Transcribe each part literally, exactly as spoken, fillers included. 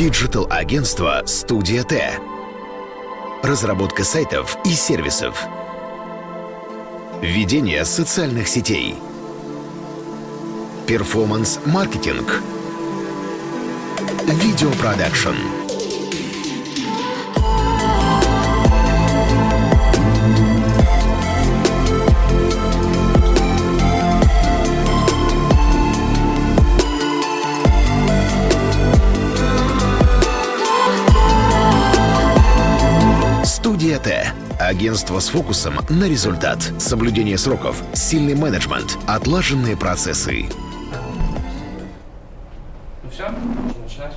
Диджитал-агентство «Студия Т». Разработка сайтов и сервисов. Ведение социальных сетей. Перформанс-маркетинг. Видеопродакшн. Студия Т. Агентство с фокусом на результат. Соблюдение сроков, сильный менеджмент, отлаженные процессы. Ну все, можно начинать.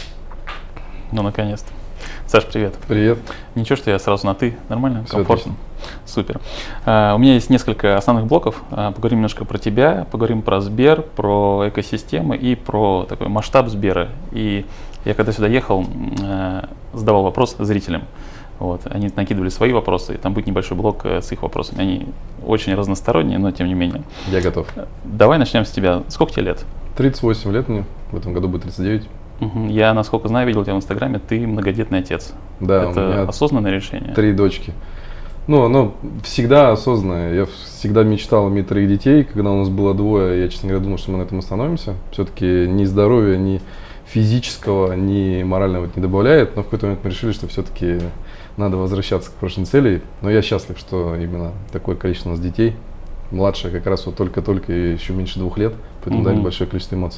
Ну, наконец-то. Саш, привет. Привет. Ничего, что я сразу на «ты». Нормально? Все Комфортно? Отлично. Супер. А, у меня есть несколько основных блоков. А, поговорим немножко про тебя, поговорим про Сбер, про экосистемы и про такой масштаб Сбера. И я когда сюда ехал, а, задавал вопрос зрителям. Вот, они накидывали свои вопросы, и там будет небольшой блок с их вопросами. Они очень разносторонние, но тем не менее. Я готов. Давай начнем с тебя. Сколько тебе лет? тридцать восемь лет мне, в этом году будет тридцать девять. Угу. Я, насколько знаю, видел тебя в Инстаграме, ты многодетный отец. Да, это у меня осознанное решение? Три дочки. Ну, оно всегда осознанное. Я всегда мечтал иметь троих детей. Когда у нас было двое, я, честно говоря, думал, что мы на этом остановимся. Все-таки ни здоровья, ни физического, ни морального это не добавляет. Но в какой-то момент мы решили, что все-таки надо возвращаться к прошлым целям. Но я счастлив, что именно такое количество у нас детей. Младшая как раз вот только-только, еще меньше двух лет. Поэтому угу. дали большое количество эмоций.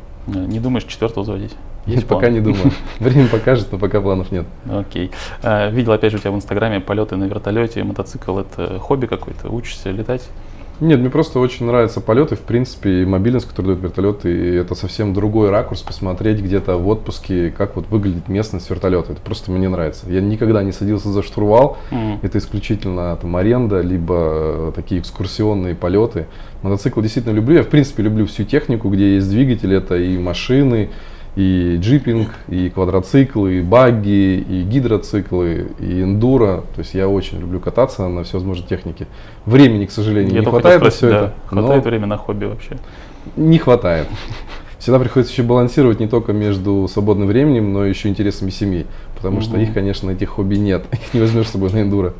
Не думаешь четвертого заводить? Есть пока план? Не думаю. Время покажет, но пока планов нет. Окей. А, видел опять же у тебя в Инстаграме полеты на вертолете, мотоцикл. Это хобби какое-то? Учишься летать? Нет, мне просто очень нравятся полеты, в принципе, и мобильность, которую дают вертолеты, и это совсем другой ракурс, посмотреть где-то в отпуске, как вот выглядит местность вертолета. Это просто мне нравится. Я никогда не садился за штурвал, mm. это исключительно там аренда, либо такие экскурсионные полеты. Мотоцикл действительно люблю, я в принципе люблю всю технику, где есть двигатель, это и машины, и джипинг, и квадроциклы, и багги, и гидроциклы, и эндуро. То есть я очень люблю кататься на всевозможной технике. Времени, к сожалению, я не хватает на все да. это. Хватает времени на хобби вообще? Не хватает. Всегда приходится еще балансировать не только между свободным временем, но еще интересами семьи. Потому угу. что их, конечно, этих хобби нет. Их не возьмешь с собой на эндуро.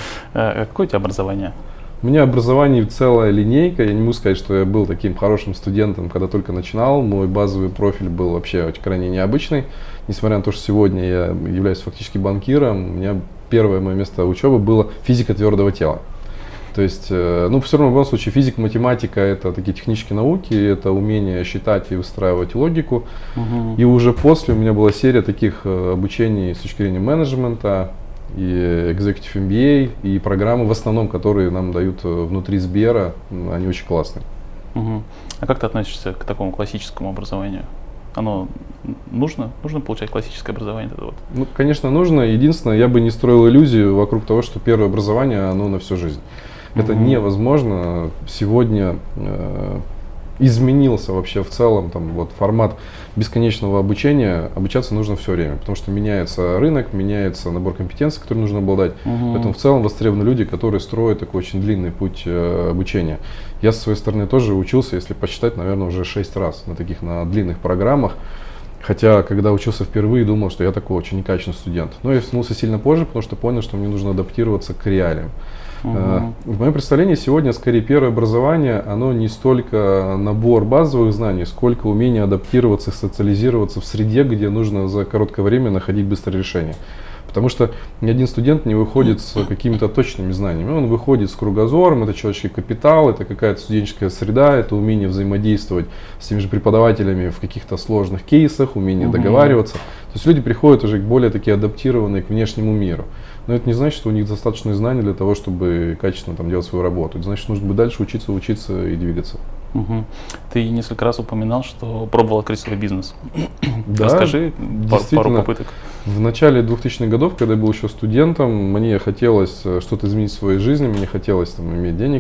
А какое у тебя образование? У меня образование целая линейка. Я не могу сказать, что я был таким хорошим студентом, когда только начинал. Мой базовый профиль был вообще очень крайне необычный. Несмотря на то, что сегодня я являюсь фактически банкиром, у меня первое мое место учебы было физика твердого тела. То есть, ну, все равно в любом случае физика, математика – это такие технические науки, это умение считать и выстраивать логику. Угу. И уже после у меня была серия таких обучений с точки зрения менеджмента, и Executive эм би эй, и программы, в основном, которые нам дают внутри Сбера, они очень классные. Угу. А как ты относишься к такому классическому образованию? Оно нужно? Нужно получать классическое образование? Это вот? Ну, конечно, нужно. Единственное, я бы не строил иллюзию вокруг того, что первое образование, оно на всю жизнь. Угу. Это невозможно. Сегодня э, изменился вообще в целом там, вот, формат бесконечного обучения. Обучаться нужно все время, потому что меняется рынок, меняется набор компетенций, которые нужно обладать. Угу. Поэтому в целом востребованы люди, которые строят такой очень длинный путь э, обучения. Я со своей стороны тоже учился, если посчитать, наверное, уже шесть раз на таких на длинных программах. Хотя, когда учился впервые, думал, что я такой очень некачественный студент. Но я вернулся сильно позже, потому что понял, что мне нужно адаптироваться к реалиям. Uh-huh. В моем представлении сегодня скорее первое образование, оно не столько набор базовых знаний, сколько умение адаптироваться и социализироваться в среде, где нужно за короткое время находить быстрое решение. Потому что ни один студент не выходит с какими-то точными знаниями. Он выходит с кругозором, это человеческий капитал, это какая-то студенческая среда, это умение взаимодействовать с теми же преподавателями в каких-то сложных кейсах, умение uh-huh. договариваться. То есть люди приходят уже более такие адаптированные к внешнему миру. Но это не значит, что у них достаточно знаний для того, чтобы качественно там, делать свою работу. Это значит, нужно будет дальше учиться, учиться и двигаться. Угу. Ты несколько раз упоминал, что пробовал открыть свой бизнес. Да, расскажи пару, пару попыток. В начале двухтысячных годов, когда я был еще студентом, мне хотелось что-то изменить в своей жизни, мне хотелось там, иметь денег.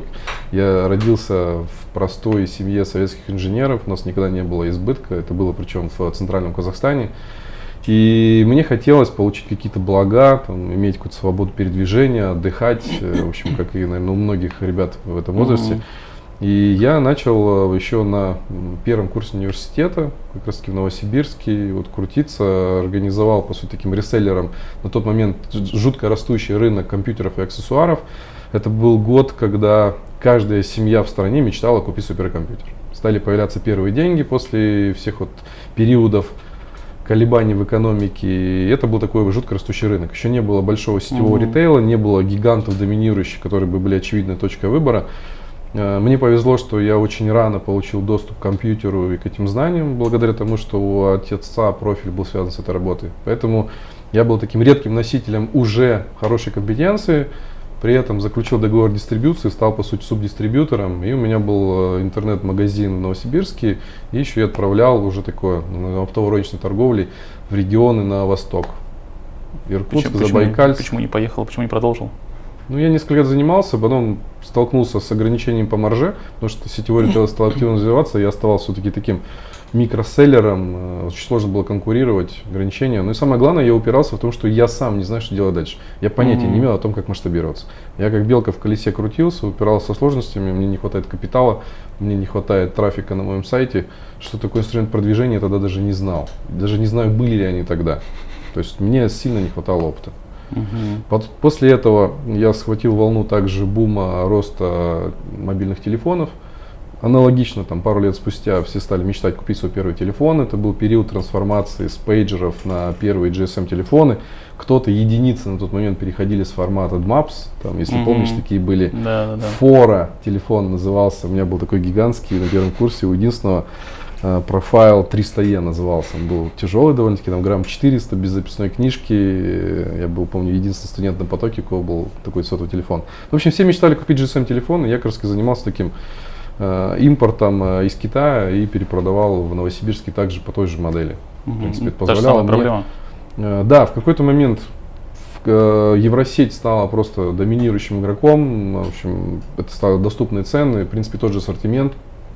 Я родился в простой семье советских инженеров, у нас никогда не было избытка, это было причем в центральном Казахстане. И мне хотелось получить какие-то блага, там, иметь какую-то свободу передвижения, отдыхать, в общем, как и, наверное, у многих ребят в этом возрасте. И я начал еще на первом курсе университета, как раз таки в Новосибирске, вот крутиться, организовал, по сути, таким реселлером на тот момент жутко растущий рынок компьютеров и аксессуаров. Это был год, когда каждая семья в стране мечтала купить суперкомпьютер. Стали появляться первые деньги после всех вот периодов колебаний в экономике. И это был такой жутко растущий рынок. Еще не было большого сетевого mm-hmm. ритейла, не было гигантов доминирующих, которые бы были очевидной точкой выбора. Мне повезло, что я очень рано получил доступ к компьютеру и к этим знаниям, благодаря тому, что у отца профиль был связан с этой работой. Поэтому я был таким редким носителем уже хорошей компетенции, при этом заключил договор дистрибьюции, стал по сути субдистрибьютором, и у меня был интернет-магазин в Новосибирске, и еще я отправлял уже такое оптово-розничной торговлей в регионы на восток. Иркутск, почему, Забайкальск. Почему не поехал, почему не продолжил? Ну, я несколько лет занимался, потом столкнулся с ограничением по марже, потому что сетевой ритейл стал активно развиваться, я оставался все-таки таким микроселлером, очень сложно было конкурировать, ограничения. Ну и самое главное, я упирался в том, что я сам не знаю, что делать дальше. Я понятия mm-hmm. не имел о том, как масштабироваться. Я как белка в колесе крутился, упирался со сложностями, мне не хватает капитала, мне не хватает трафика на моем сайте. Что такое инструмент продвижения, я тогда даже не знал. Даже не знаю, были ли они тогда. То есть мне сильно не хватало опыта. Uh-huh. После этого я схватил волну также бума роста мобильных телефонов. Аналогично, там, пару лет спустя все стали мечтать купить свой первый телефон. Это был период трансформации с пейджеров на первые джи эс эм телефоны. Кто-то, единицы на тот момент переходили с формата ди мапс. Там, если uh-huh. помнишь, такие были. Да, да, да. Фора телефон назывался. У меня был такой гигантский на первом курсе у единственного. Профайл триста е назывался, он был тяжелый довольно-таки, там грамм четыреста, без записной книжки. Я был, помню, единственный студент на потоке, у кого был такой сотовый телефон. В общем, все мечтали купить джи эс эм телефон, и я как раз занимался таким э, импортом э, из Китая и перепродавал в Новосибирске также по той же модели. Угу. В принципе, это Та же самая проблема. Э, да, в какой-то момент в, э, Евросеть стала просто доминирующим игроком, в общем, это стало доступные цены, в принципе, тот же ассортимент.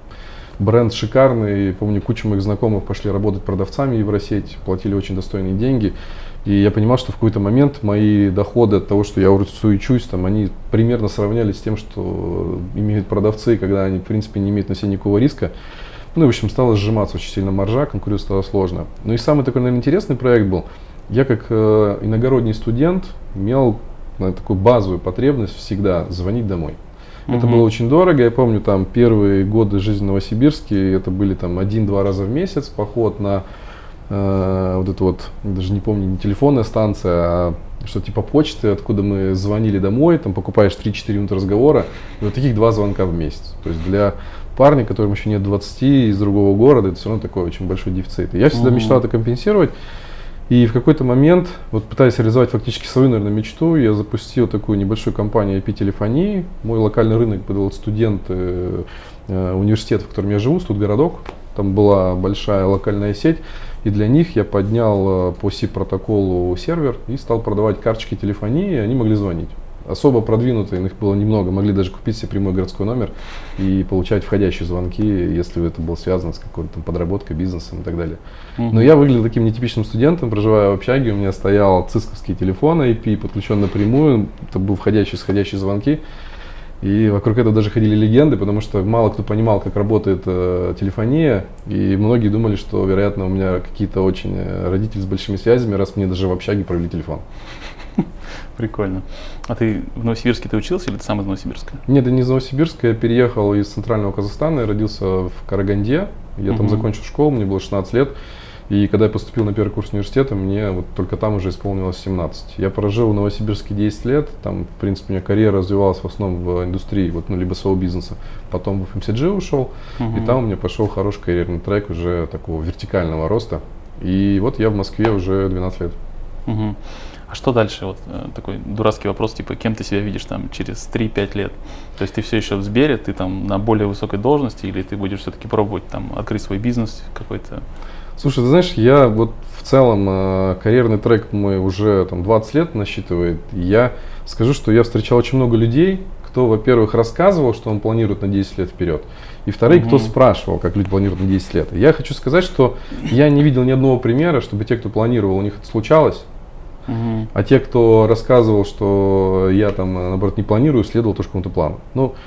Бренд шикарный, помню, куча моих знакомых пошли работать продавцами в Евросеть, платили очень достойные деньги. И я понимал, что в какой-то момент мои доходы от того, что я суечусь, там, они примерно сравнялись с тем, что имеют продавцы, когда они, в принципе, не имеют на себе никакого риска. Ну, и, в общем, стала сжиматься очень сильно маржа, конкурировать стало сложно. Ну и самый такой, наверное, интересный проект был. Я, как э, иногородний студент, имел э, такую базовую потребность всегда звонить домой. Это uh-huh. было очень дорого, я помню, там первые годы жизни в Новосибирске, это были там один-два раза в месяц поход на э, вот эту вот, даже не помню, не телефонная станция, а что типа почты, откуда мы звонили домой, там покупаешь три-четыре минуты разговора, и вот таких два звонка в месяц. То есть для парня, которому еще нет двадцати, из другого города, это все равно такой очень большой дефицит. И я всегда uh-huh. мечтал это компенсировать. И в какой-то момент, вот пытаясь реализовать фактически свою, наверное, мечту, я запустил такую небольшую компанию ай пи-телефонии. Мой локальный рынок был студенты э, университета, в котором я живу, студгородок. Там была большая локальная сеть. И для них я поднял э, по си-протоколу сервер и стал продавать карточки телефонии, и они могли звонить. Особо продвинутые, их было немного, могли даже купить себе прямой городской номер и получать входящие звонки, если это было связано с какой-то там подработкой, бизнесом и так далее. Mm-hmm. Но я выглядел таким нетипичным студентом, проживая в общаге, у меня стоял цисковский телефон ай пи, подключен напрямую, это был входящие и исходящие звонки. И вокруг этого даже ходили легенды, потому что мало кто понимал, как работает э, телефония, и многие думали, что, вероятно, у меня какие-то очень э, родители с большими связями, раз мне даже в общаге провели телефон. Прикольно. А ты в Новосибирске ты учился или ты сам из Новосибирска? Нет, я не из Новосибирска, я переехал из центрального Казахстана, я родился в Караганде, я uh-huh. там закончил школу, мне было шестнадцать лет, и когда я поступил на первый курс университета, мне вот только там уже исполнилось семнадцать. Я прожил в Новосибирске десять лет, там, в принципе, у меня карьера развивалась в основном в индустрии, вот, ну, либо своего бизнеса, потом в эф эм си джи ушел, uh-huh. и там у меня пошел хороший карьерный трек уже такого вертикального роста, и вот я в Москве уже двенадцать лет. Uh-huh. А что дальше? Вот э, такой дурацкий вопрос, типа, кем ты себя видишь там через три-пять лет? То есть ты все еще в Сбере, ты там на более высокой должности, или ты будешь все-таки пробовать там открыть свой бизнес какой-то? Слушай, ты знаешь, я вот в целом э, карьерный трек мой уже там двадцать лет насчитывает. Я скажу, что я встречал очень много людей, кто, во-первых, рассказывал, что он планирует на десять лет вперед, и вторые, mm-hmm. кто спрашивал, как люди планируют на десять лет. Я хочу сказать, что я не видел ни одного примера, чтобы те, кто планировал, у них это случалось. Uh-huh. А те, кто рассказывал, что я там, наоборот, не планирую, следовал тоже какому-то плану. Ну,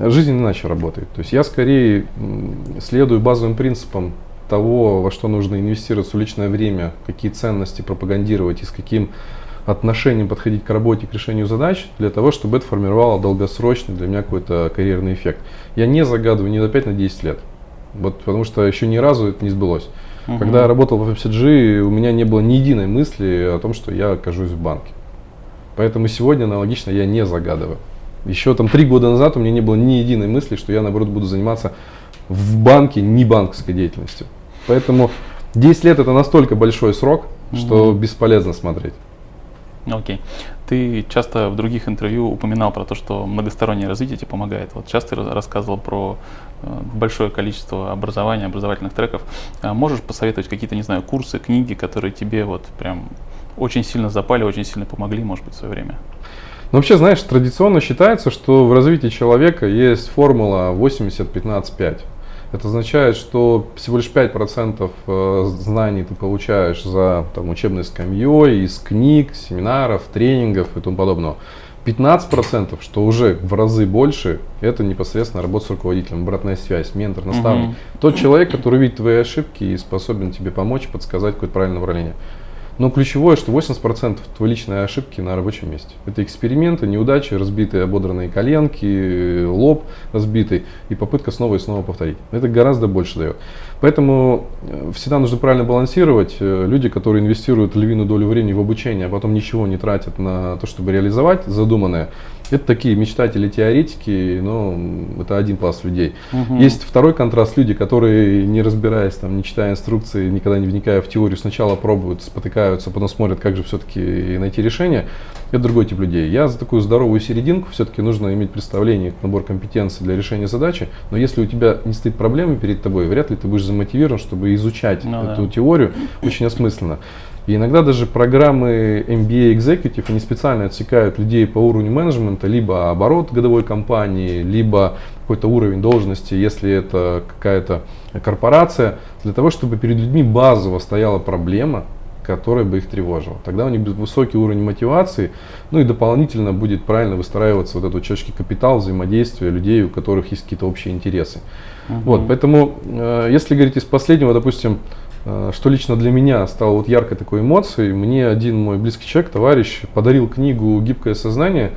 жизнь иначе работает. То есть я скорее следую базовым принципам того, во что нужно инвестировать в личное время, какие ценности пропагандировать и с каким отношением подходить к работе, к решению задач, для того, чтобы это формировало долгосрочный для меня какой-то карьерный эффект. Я не загадываю ни на пять, ни на десять лет, вот, потому что еще ни разу это не сбылось. Uh-huh. Когда я работал в эф эм си джи, у меня не было ни единой мысли о том, что я окажусь в банке. Поэтому сегодня аналогично я не загадываю. Еще там три года назад у меня не было ни единой мысли, что я, наоборот, буду заниматься в банке не банковской деятельностью. Поэтому десять лет это настолько большой срок, uh-huh. что бесполезно смотреть. Окей. Okay. Ты часто в других интервью упоминал про то, что многостороннее развитие тебе помогает. Вот часто ты рассказывал про большое количество образования, образовательных треков. Можешь посоветовать какие-то, не знаю, курсы, книги, которые тебе вот прям очень сильно запали, очень сильно помогли, может быть, в свое время? Ну, вообще, знаешь, традиционно считается, что в развитии человека есть формула восемьдесят пятнадцать пять. Это означает, что всего лишь пять процентов знаний ты получаешь за там, учебной скамьей, из книг, семинаров, тренингов и тому подобного. пятнадцать процентов, что уже в разы больше, это непосредственно работа с руководителем, обратная связь, ментор, наставник. Uh-huh. Тот человек, который видит твои ошибки и способен тебе помочь, подсказать какое-то правильное направление. Но ключевое, что восемьдесят процентов твоей личной ошибки на рабочем месте. Это эксперименты, неудачи, разбитые ободранные коленки, лоб разбитый и попытка снова и снова повторить. Это гораздо больше дает. Поэтому всегда нужно правильно балансировать. Люди, которые инвестируют львиную долю времени в обучение, а потом ничего не тратят на то, чтобы реализовать задуманное, это такие мечтатели, теоретики, но это один пласт людей. Uh-huh. Есть второй контраст, люди, которые, не разбираясь, там, не читая инструкции, никогда не вникая в теорию, сначала пробуют, спотыкаются, потом смотрят, как же все-таки найти решение. Это другой тип людей. Я за такую здоровую серединку, все-таки нужно иметь представление, набор компетенций для решения задачи, но если у тебя не стоит проблемы перед тобой, вряд ли ты будешь замотивирован, чтобы изучать ну, эту да. теорию очень осмысленно. И иногда даже программы эм би эй Executive, они специально отсекают людей по уровню менеджмента, либо оборот годовой компании, либо какой-то уровень должности, если это какая-то корпорация, для того, чтобы перед людьми базово стояла проблема, которая бы их тревожила. Тогда у них будет высокий уровень мотивации, ну и дополнительно будет правильно выстраиваться вот этот человеческий капитал, взаимодействие людей, у которых есть какие-то общие интересы. Uh-huh. Вот, поэтому, э, если говорить из последнего, допустим, что лично для меня стало вот яркой такой эмоцией, мне один мой близкий человек, товарищ, подарил книгу «Гибкое сознание».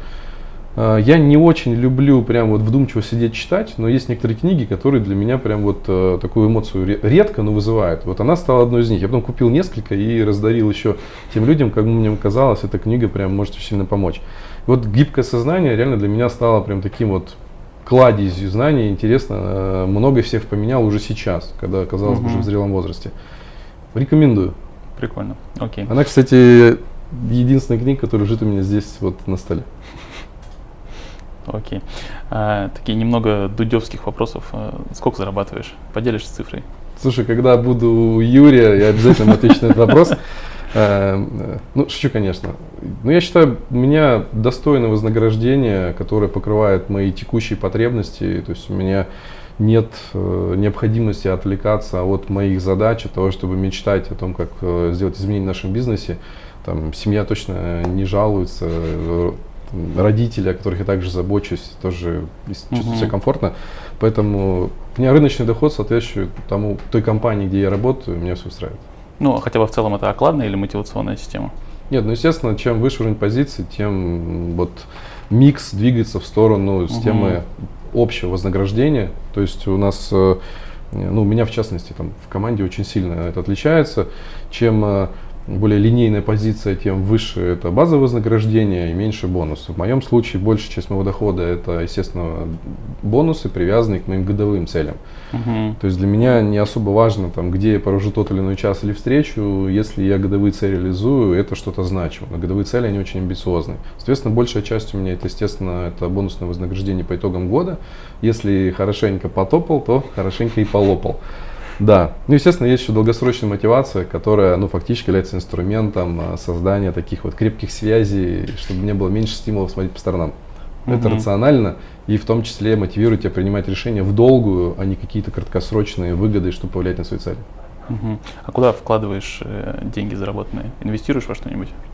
Я не очень люблю прям вот вдумчиво сидеть читать, но есть некоторые книги, которые для меня прям вот такую эмоцию редко, но вызывают. Вот она стала одной из них. Я потом купил несколько и раздарил еще тем людям, как мне казалось, эта книга прям может очень сильно помочь. И вот «Гибкое сознание» реально для меня стало прям таким вот кладезью знаний. Интересно, много всех поменял уже сейчас, когда оказалось uh-huh. уже в зрелом возрасте. Рекомендую. Прикольно. Окей. Она, кстати, единственная книга, которая лежит у меня здесь вот на столе. Окей. А, такие немного дудевских вопросов. А, сколько зарабатываешь? Поделишься цифрой? Слушай, когда буду у Юрия, я обязательно отвечу на этот вопрос. Ну, шучу, конечно. Но я считаю, у меня достойное вознаграждение, которое покрывает мои текущие потребности. То есть у меня нет э, необходимости отвлекаться от моих задач, от того, чтобы мечтать о том, как э, сделать изменения в нашем бизнесе. Там, семья точно не жалуется, э, родители, о которых я также забочусь, тоже чувствуют uh-huh. себя комфортно. Поэтому у меня рыночный доход соответствует тому, той компании, где я работаю, меня все устраивает. Ну, хотя бы в целом это окладная или мотивационная система? Нет, ну естественно, чем выше уровень позиций, тем вот микс двигается в сторону системы uh-huh. общего вознаграждения. То есть у нас, ну, у меня в частности, там в команде очень сильно это отличается. Чем более линейная позиция, тем выше это базовое вознаграждение и меньше бонусов. В моем случае большая часть моего дохода это, естественно, бонусы, привязанные к моим годовым целям. Uh-huh. То есть для меня не особо важно, там, где я провожу тот или иной час или встречу. Если я годовые цели реализую, это что-то значимо. Но годовые цели, они очень амбициозные. Соответственно, большая часть у меня это, естественно, это бонусное вознаграждение по итогам года. Если хорошенько потопал, то хорошенько и полопал. Да, ну естественно есть еще долгосрочная мотивация, которая, ну, фактически является инструментом создания таких вот крепких связей, чтобы не было меньше стимулов смотреть по сторонам. Uh-huh. Это рационально и в том числе мотивирует тебя принимать решения в долгую, а не какие-то краткосрочные выгоды, чтобы повлиять на свои цели. Uh-huh. А куда вкладываешь э, деньги заработанные? Инвестируешь во что-нибудь?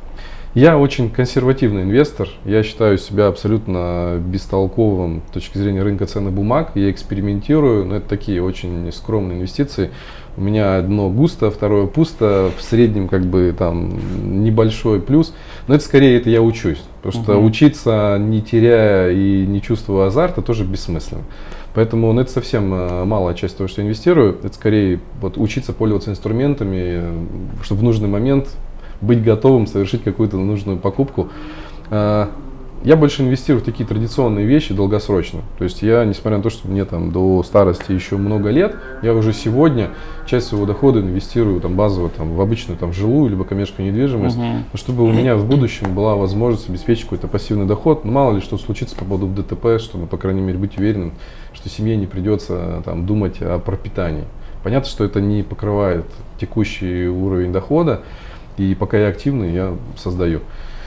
Я очень консервативный инвестор. Я считаю себя абсолютно бестолковым с точки зрения рынка ценных бумаг. Я экспериментирую, но это такие очень скромные инвестиции. У меня одно густо, второе пусто, в среднем как бы там небольшой плюс. Но это скорее это я учусь. Потому что uh-huh. учиться, не теряя и не чувствуя азарта, тоже бессмысленно. Поэтому ну, это совсем малая часть того, что я инвестирую. Это скорее вот, учиться пользоваться инструментами, чтобы в нужный момент быть готовым совершить какую-то нужную покупку. Я больше инвестирую в такие традиционные вещи долгосрочно. То есть я, несмотря на то, что мне там до старости еще много лет, я уже сегодня часть своего дохода инвестирую там, базово там, в обычную там, жилую либо коммерческую недвижимость, uh-huh. чтобы у меня в будущем была возможность обеспечить какой-то пассивный доход. Ну, мало ли что случится по поводу ДТП, чтобы, по крайней мере, быть уверенным, что семье не придется там, думать о пропитании. Понятно, что это не покрывает текущий уровень дохода, и пока я активный, я создаю.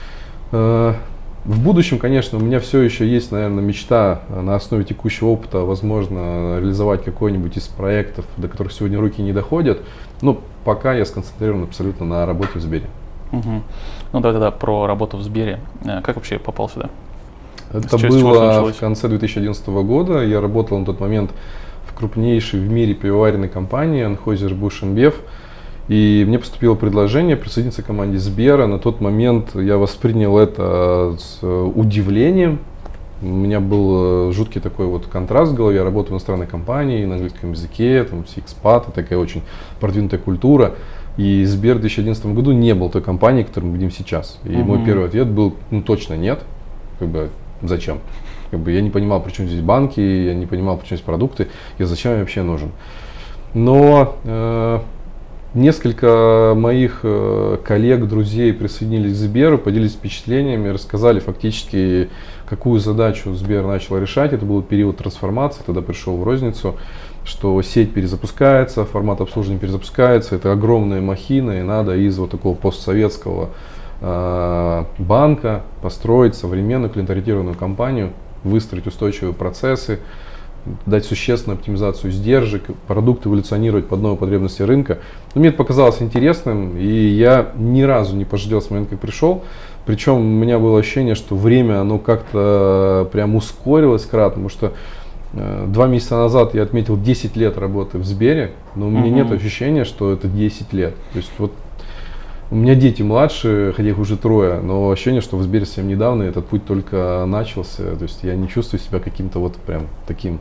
В будущем, конечно, у меня все еще есть, наверное, мечта на основе текущего опыта, возможно, реализовать какой-нибудь из проектов, до которых сегодня руки не доходят. Но пока я сконцентрирован абсолютно на работе в Сбере. Угу. Ну давай тогда про работу в Сбере. Как вообще попал сюда? Это С было в конце две тысячи одиннадцатого года. Я работал на тот момент в крупнейшей в мире пивоваренной компании Anheuser-Busch InBev. И мне поступило предложение присоединиться к команде Сбера. На тот момент я воспринял это с удивлением. У меня был жуткий такой вот контраст в голове. Я работаю в иностранной компании, на английском языке, там все экспаты, такая очень продвинутая культура. И Сбер в две тысячи одиннадцатом году не был той компанией, которой мы видим сейчас. И uh-huh. мой первый ответ был, ну точно нет. Как бы, зачем? Как бы, я не понимал, при чем здесь банки, я не понимал, при чем здесь продукты, и зачем я вообще нужен. Но э, несколько моих э, коллег, друзей присоединились к Сберу, поделились впечатлениями, рассказали фактически, какую задачу Сбер начал решать. Это был период трансформации, тогда пришел в розницу, что сеть перезапускается, формат обслуживания перезапускается, это огромная махина, и надо из вот такого постсоветского э, банка построить современную клиент-ориентированную компанию, выстроить устойчивые процессы, дать существенную оптимизацию издержек, продукт эволюционировать под новые потребности рынка. Но мне это показалось интересным, и я ни разу не пожалел с момента, как пришел. Причем у меня было ощущение, что время оно как-то прям ускорилось кратно, потому что э, два месяца назад я отметил десять лет работы в Сбере, но у меня uh-huh. нет ощущения, что это десять лет. То есть вот у меня дети младшие, хотя их уже трое, но ощущение, что в Сбере совсем недавно этот путь только начался. То есть я не чувствую себя каким-то вот прям таким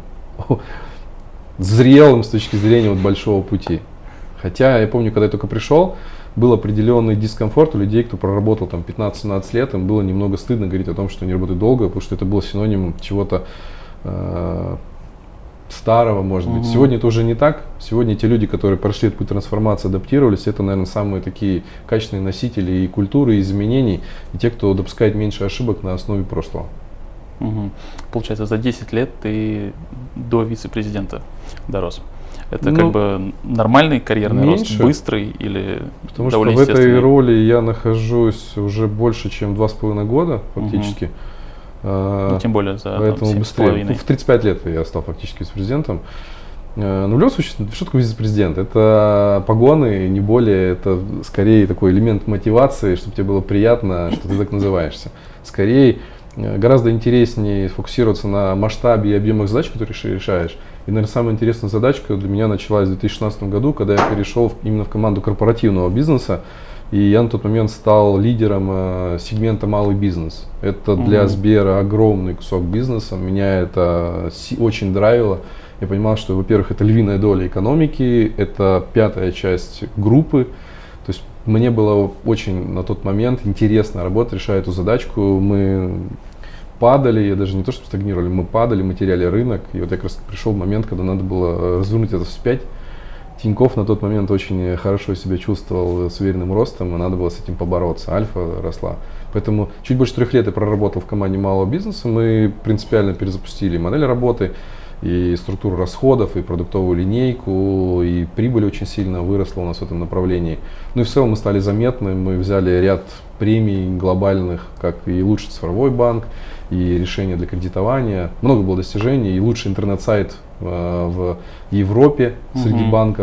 зрелым с точки зрения вот большого пути. Хотя я помню, когда я только пришел, был определенный дискомфорт у людей, кто проработал там пятнадцать-семнадцать лет, им было немного стыдно говорить о том, что они работают долго, потому что это было синонимом чего-то э, старого, может быть. Угу. Сегодня это уже не так. Сегодня те люди, которые прошли этот путь трансформации, адаптировались, это, наверное, самые такие качественные носители и культуры, и изменений, и те, кто допускает меньше ошибок на основе прошлого. Угу. Получается, за десять лет ты до вице-президента дорос. Это ну, как бы нормальный карьерный меньше, рост, быстрый или потому довольно что в этой роли я нахожусь уже больше, чем два с половиной года фактически. Угу. А, ну, тем более за поэтому там, быстрее. В тридцать пять лет я стал фактически вице-президентом. Но в любом случае, что такое вице-президент? Это погоны, не более, это скорее такой элемент мотивации, чтобы тебе было приятно, что ты так называешься. Скорее, гораздо интереснее сфокусироваться на масштабе и объемах задач, которые ты решаешь. И, наверное, самая интересная задачка для меня началась в две тысячи шестнадцатом году, когда я перешел именно в команду корпоративного бизнеса. И я на тот момент стал лидером э, сегмента малый бизнес. Это для mm-hmm. Сбера огромный кусок бизнеса. Меня это си- очень драйвило. Я понимал, что, во-первых, это львиная доля экономики, это пятая часть группы. То есть мне было очень на тот момент интересно работать, решая эту задачку. Мы падали, я даже не то, что стагнировали, мы падали, мы теряли рынок. И вот я как раз пришел в момент, когда надо было развернуть это вспять. Тинькофф на тот момент очень хорошо себя чувствовал с уверенным ростом, и надо было с этим побороться. Альфа росла. Поэтому чуть больше трех лет я проработал в команде малого бизнеса. Мы принципиально перезапустили модель работы, и структуру расходов, и продуктовую линейку, и прибыль очень сильно выросла у нас в этом направлении. Ну и в целом мы стали заметны, мы взяли ряд премий глобальных, как и лучший цифровой банк, и решения для кредитования. Много было достижений, и лучший интернет-сайт э, в Европе среди mm-hmm. банков.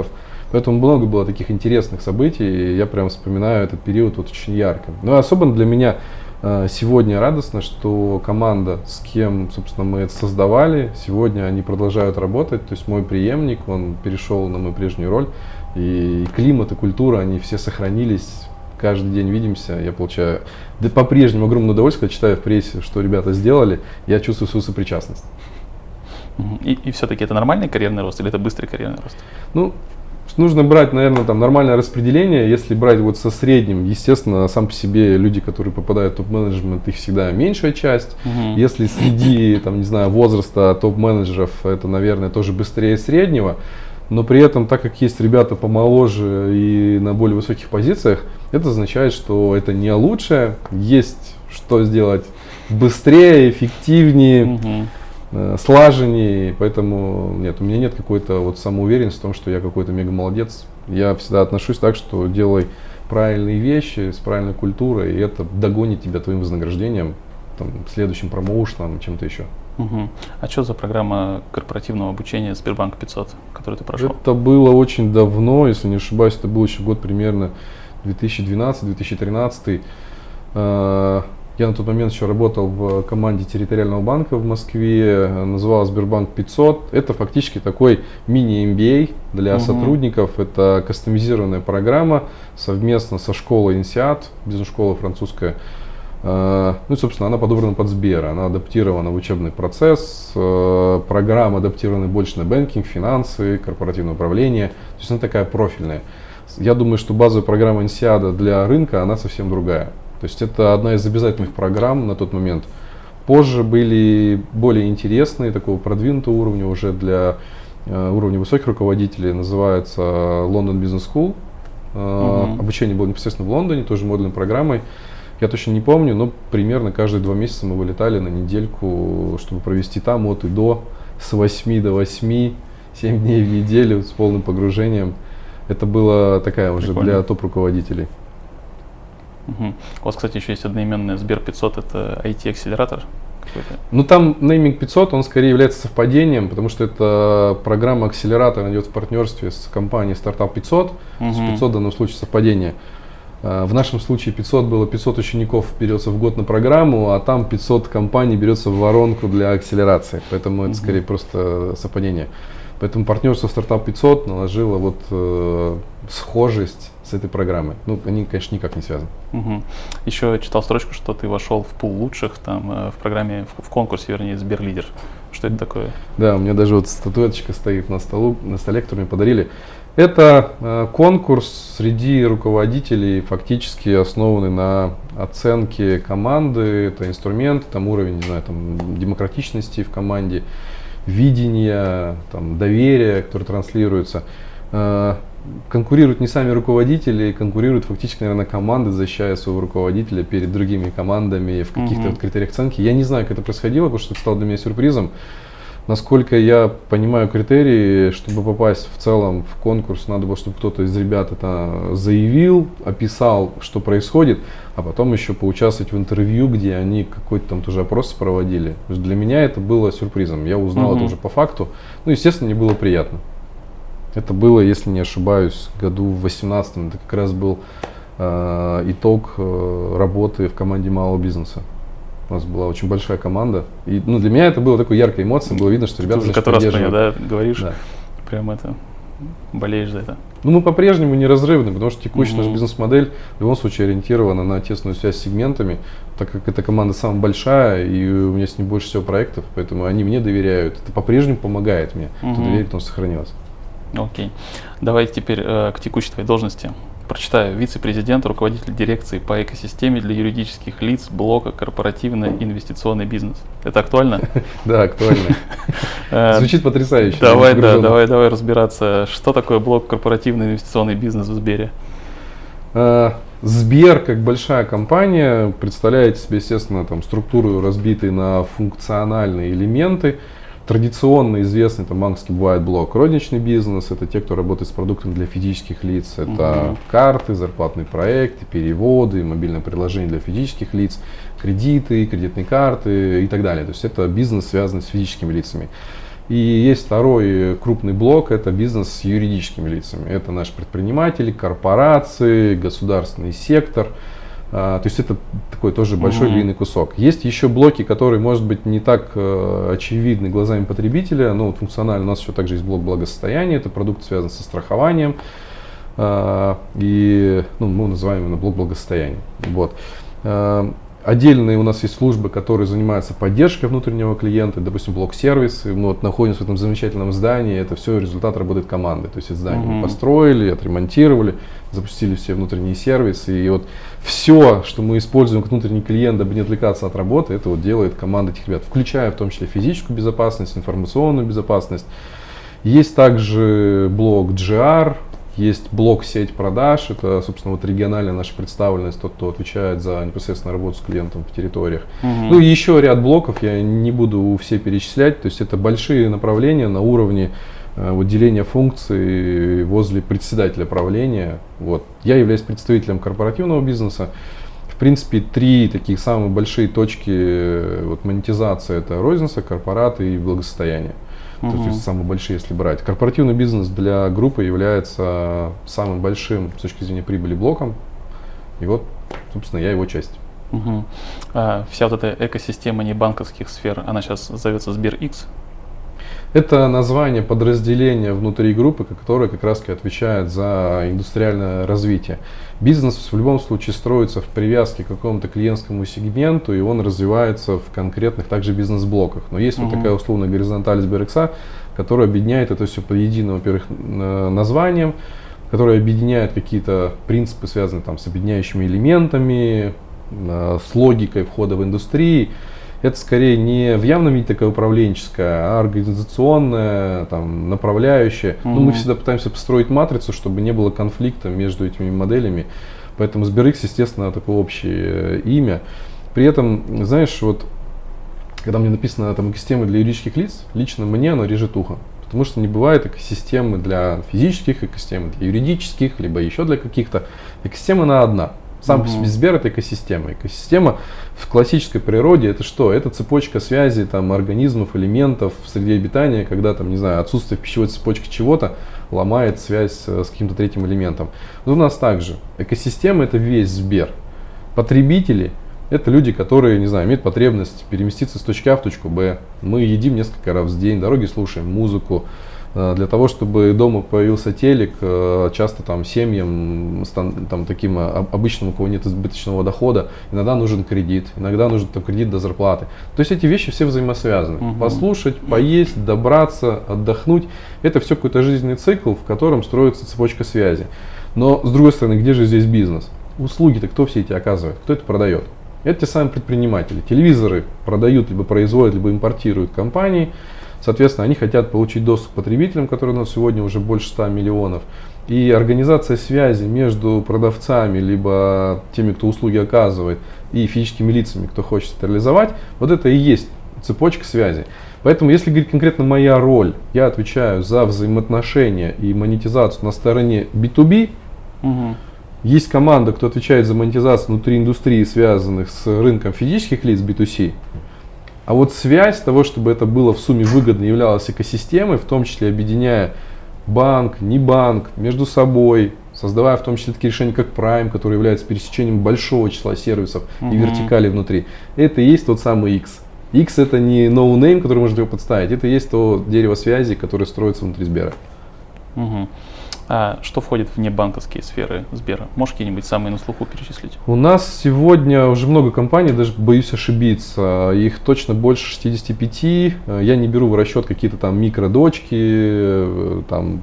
Поэтому много было таких интересных событий, и я прям вспоминаю этот период вот очень ярко. Но особенно для меня сегодня радостно, что команда, с кем, собственно, мы это создавали, сегодня они продолжают работать. То есть мой преемник, он перешел на мою прежнюю роль, и климат и культура, они все сохранились. Каждый день видимся, я получаю да, по-прежнему огромное удовольствие, когда читаю в прессе, что ребята сделали, я чувствую свою сопричастность. И, и все-таки это нормальный карьерный рост или это быстрый карьерный рост? Ну, нужно брать, наверное, там нормальное распределение. Если брать вот со средним, естественно, сам по себе люди, которые попадают в топ-менеджмент, их всегда меньшая часть. Uh-huh. Если среди, там, не знаю, возраста топ-менеджеров, это, наверное, тоже быстрее среднего. Но при этом, так как есть ребята помоложе и на более высоких позициях, это означает, что это не лучшее. Есть что сделать быстрее, эффективнее. Uh-huh. слаженнее, поэтому нет, у меня нет какой-то вот самоуверенности в том, что я какой-то мега молодец. Я всегда отношусь так, что делай правильные вещи с правильной культурой, и это догонит тебя твоим вознаграждением, там, следующим промоушеном, чем-то еще. Угу. А что за программа корпоративного обучения Сбербанк пятьсот, которую ты прошел? Это было очень давно, если не ошибаюсь, это был еще год примерно две тысячи двенадцатый — две тысячи тринадцатый. Я на тот момент еще работал в команде территориального банка в Москве, называлась Сбербанк пятьсот. Это фактически такой мини-эм би эй для uh-huh. сотрудников. Это кастомизированная программа совместно со школой Инсиат, бизнес-школа французская. Ну и, собственно, она подобрана под Сбер, она адаптирована в учебный процесс. Программа адаптирована больше на бэнкинг, финансы, корпоративное управление. То есть она такая профильная. Я думаю, что базовая программа Инсиада для рынка, она совсем другая. То есть это одна из обязательных программ на тот момент. Позже были более интересные, такого продвинутого уровня, уже для э, уровня высоких руководителей, называется London Business School. Э, uh-huh. Обучение было непосредственно в Лондоне, тоже модульной программой. Я точно не помню, но примерно каждые два месяца мы вылетали на недельку, чтобы провести там от и до, с восьми до восьми, семь дней в неделю с полным погружением. Это было такая уже Прикольно. Для топ-руководителей. Угу. У вас, кстати, еще есть одноименный Сбер пятьсот, это ай ти-акселератор какой-то? Ну там нейминг пятьсот, он скорее является совпадением, потому что это программа акселератор, она идет в партнерстве с компанией Startup пятьсот, угу. с пятьсот в данном случае совпадение. В нашем случае пятьсот было пятьсот учеников берется в год на программу, а там пятьсот компаний берется в воронку для акселерации, поэтому угу. это скорее просто совпадение. Поэтому партнерство Startup пятьсот наложило вот э, схожесть с этой программой. Ну, они, конечно, никак не связаны. Угу. Еще читал строчку, что ты вошел в пул лучших там в программе, в, в конкурсе, вернее, Сберлидер. Что это такое? Да, у меня даже вот статуэточка стоит на, столу, на столе, которую мне подарили. Это э, конкурс среди руководителей, фактически основанный на оценке команды. Это инструмент, там уровень, не знаю, там демократичности в команде, видения, там, доверия, которое транслируется. Э, конкурируют не сами руководители, конкурируют фактически, наверное, команды, защищая своего руководителя перед другими командами в каких-то uh-huh. вот критериях оценки. Я не знаю, как это происходило, потому что это стало для меня сюрпризом. Насколько я понимаю критерии, чтобы попасть в целом в конкурс, надо было, чтобы кто-то из ребят это заявил, описал, что происходит, а потом еще поучаствовать в интервью, где они какой-то там тоже опрос проводили. То есть для меня это было сюрпризом. Я узнал uh-huh. это уже по факту. Ну, естественно, мне было приятно. Это было, если не ошибаюсь, году в восемнадцатом. Это как раз был э, итог э, работы в команде малого бизнеса. У нас была очень большая команда. И ну, для меня это было такой яркой эмоцией. Было видно, что ребята значит, поддерживают. Ты уже да, говоришь, да. Прям это, болеешь за это. Ну, мы по-прежнему неразрывны, потому что текущая mm-hmm. наша бизнес-модель в любом случае ориентирована на тесную связь с сегментами, так как эта команда самая большая, и у меня с ней больше всего проектов, поэтому они мне доверяют. Это по-прежнему помогает мне. Mm-hmm. Это доверие потом сохранилось. Окей. Давай теперь э, к текущей твоей должности. Прочитаю. Вице-президент, руководитель дирекции по экосистеме для юридических лиц блока корпоративный инвестиционный бизнес. Это актуально? Да, актуально. Звучит потрясающе. Давай, да, давай, давай разбираться. Что такое блок корпоративный инвестиционный бизнес в Сбере? Сбер, как большая компания, представляет себе, естественно, там, структуру, разбитой на функциональные элементы. Традиционно известный там банковский бывает блок розничный бизнес, это те, кто работает с продуктами для физических лиц, это uh-huh. карты, зарплатные проекты, переводы, мобильное приложение для физических лиц, кредиты, кредитные карты и так далее. То есть это бизнес, связанный с физическими лицами. И есть второй крупный блок, это бизнес с юридическими лицами. Это наши предприниматели, корпорации, государственный сектор. То есть это такой тоже большой mm-hmm. длинный кусок. Есть еще блоки, которые, может быть, не так э, очевидны глазами потребителя, но вот функционально у нас еще также есть блок благосостояния, это продукт, связан со страхованием, э, и ну, мы называем его блок благосостояния. Вот. Э, Отдельные у нас есть службы, которые занимаются поддержкой внутреннего клиента, допустим, блок-сервисы. Мы вот находимся в этом замечательном здании, это все результат работы команды. То есть это здание mm-hmm. мы построили, отремонтировали, запустили все внутренние сервисы. И вот все, что мы используем как внутренний клиент, дабы не отвлекаться от работы, это вот делает команда этих ребят, включая в том числе физическую безопасность, информационную безопасность. Есть также блок джи ар. Есть блок сеть продаж, это, собственно, вот региональная наша представленность, тот, кто отвечает за непосредственно работу с клиентом в территориях. Угу. Ну и еще ряд блоков, я не буду все перечислять, то есть это большие направления на уровне э, вот, деления функций возле председателя правления. Вот. Я являюсь представителем корпоративного бизнеса. В принципе, три таких самые большие точки вот, монетизации, это розница, корпораты и благосостояние. Uh-huh. То есть самые большие, если брать. Корпоративный бизнес для группы является самым большим с точки зрения прибыли блоком. И вот, собственно, я его часть. Uh-huh. А вся вот эта экосистема небанковских сфер, она сейчас зовется SberX? Это название подразделения внутри группы, которое как раз отвечает за индустриальное развитие. Бизнес в любом случае строится в привязке к какому-то клиентскому сегменту, и он развивается в конкретных также бизнес-блоках. Но есть uh-huh. вот такая условная горизонталь SberX, которая объединяет это все под единым, во-первых, названием, которая объединяет какие-то принципы, связанные там, с объединяющими элементами, с логикой входа в индустрию. Это скорее не в явном виде такая управленческая, а организационная, там, направляющая. Mm-hmm. Ну, мы всегда пытаемся построить матрицу, чтобы не было конфликта между этими моделями. Поэтому SberX, естественно, такое общее имя. При этом, знаешь, вот когда мне написано там экосистемы для юридических лиц, лично мне оно режет ухо. Потому что не бывает экосистемы для физических, экосистемы для юридических, либо еще для каких-то. Экосистема она одна. Сам по себе Сбер — это экосистема. Экосистема в классической природе это что? Это цепочка связи там, организмов, элементов в среде обитания, когда там, не знаю, отсутствие в пищевой цепочке чего-то ломает связь с каким-то третьим элементом. Но у нас также. Экосистема — это весь Сбер. Потребители — это люди, которые, не знаю, имеют потребность переместиться с точки А в точку Б. Мы едим несколько раз в день, дороги слушаем музыку. Для того, чтобы дома появился телек, часто там семьям, там, таким обычным, у кого нет избыточного дохода, иногда нужен кредит, иногда нужен там, кредит до зарплаты. То есть эти вещи все взаимосвязаны. Угу. Послушать, поесть, добраться, отдохнуть – это все какой-то жизненный цикл, в котором строится цепочка связи. Но с другой стороны, где же здесь бизнес? Услуги-то кто все эти оказывает? Кто это продает? Это те самые предприниматели. Телевизоры продают, либо производят, либо импортируют компании. Соответственно, они хотят получить доступ к потребителям, которые у нас сегодня уже больше ста миллионов. И организация связи между продавцами, либо теми, кто услуги оказывает, и физическими лицами, кто хочет это реализовать, вот это и есть цепочка связи. Поэтому, если говорить конкретно моя роль, я отвечаю за взаимоотношения и монетизацию на стороне би ту би. Угу. Есть команда, кто отвечает за монетизацию внутри индустрии, связанных с рынком физических лиц би ту си. А вот связь того, чтобы это было в сумме выгодно, являлась экосистемой, в том числе объединяя банк, не банк, между собой, создавая в том числе такие решения, как Prime, который является пересечением большого числа сервисов mm-hmm. и вертикали внутри. Это и есть тот самый X. X — это не no-name, который можно его подставить, это и есть то дерево связи, которое строится внутри Сбера. Mm-hmm. А что входит в небанковские сферы Сбера? Можешь какие-нибудь самые на слуху перечислить? У нас сегодня уже много компаний, даже боюсь ошибиться. Их точно больше шестидесяти пяти. Я не беру в расчет какие-то там микродочки, там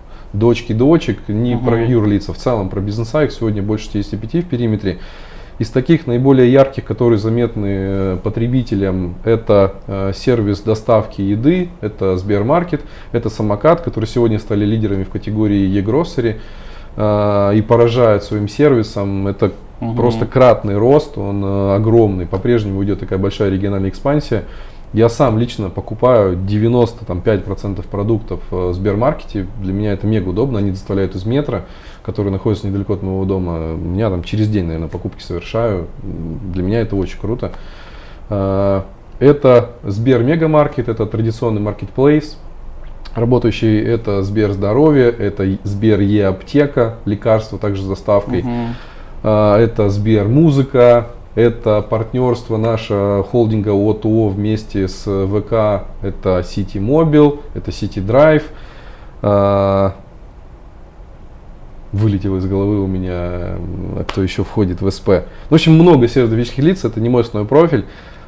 дочки дочек, не угу. про юрлица. В целом про бизнеса их сегодня больше шестидесяти пяти в периметре. Из таких наиболее ярких, которые заметны потребителям, это э, сервис доставки еды, это Сбермаркет, это Самокат, которые сегодня стали лидерами в категории e-grocery э, и поражают своим сервисом. Это угу. просто кратный рост, он э, огромный, по-прежнему идет такая большая региональная экспансия. Я сам лично покупаю девяносто пять процентов продуктов в Сбермаркете. Для меня это мега удобно. Они доставляют из метро, который находится недалеко от моего дома. Я там через день, наверное, покупки совершаю. Для меня это очень круто. Это Сбер Мегамаркет, это традиционный маркетплейс. Работающий это Сбер Здоровье, это Сбер Е-аптека, лекарства также с доставкой. Uh-huh. Это Сбер Музыка, это партнерство наше холдинга ОТО вместе с ВК, это City Mobile, это City Drive. Вылетело из головы у меня, кто еще входит в СП. В общем, много сервисных лиц, это не мой основной профиль.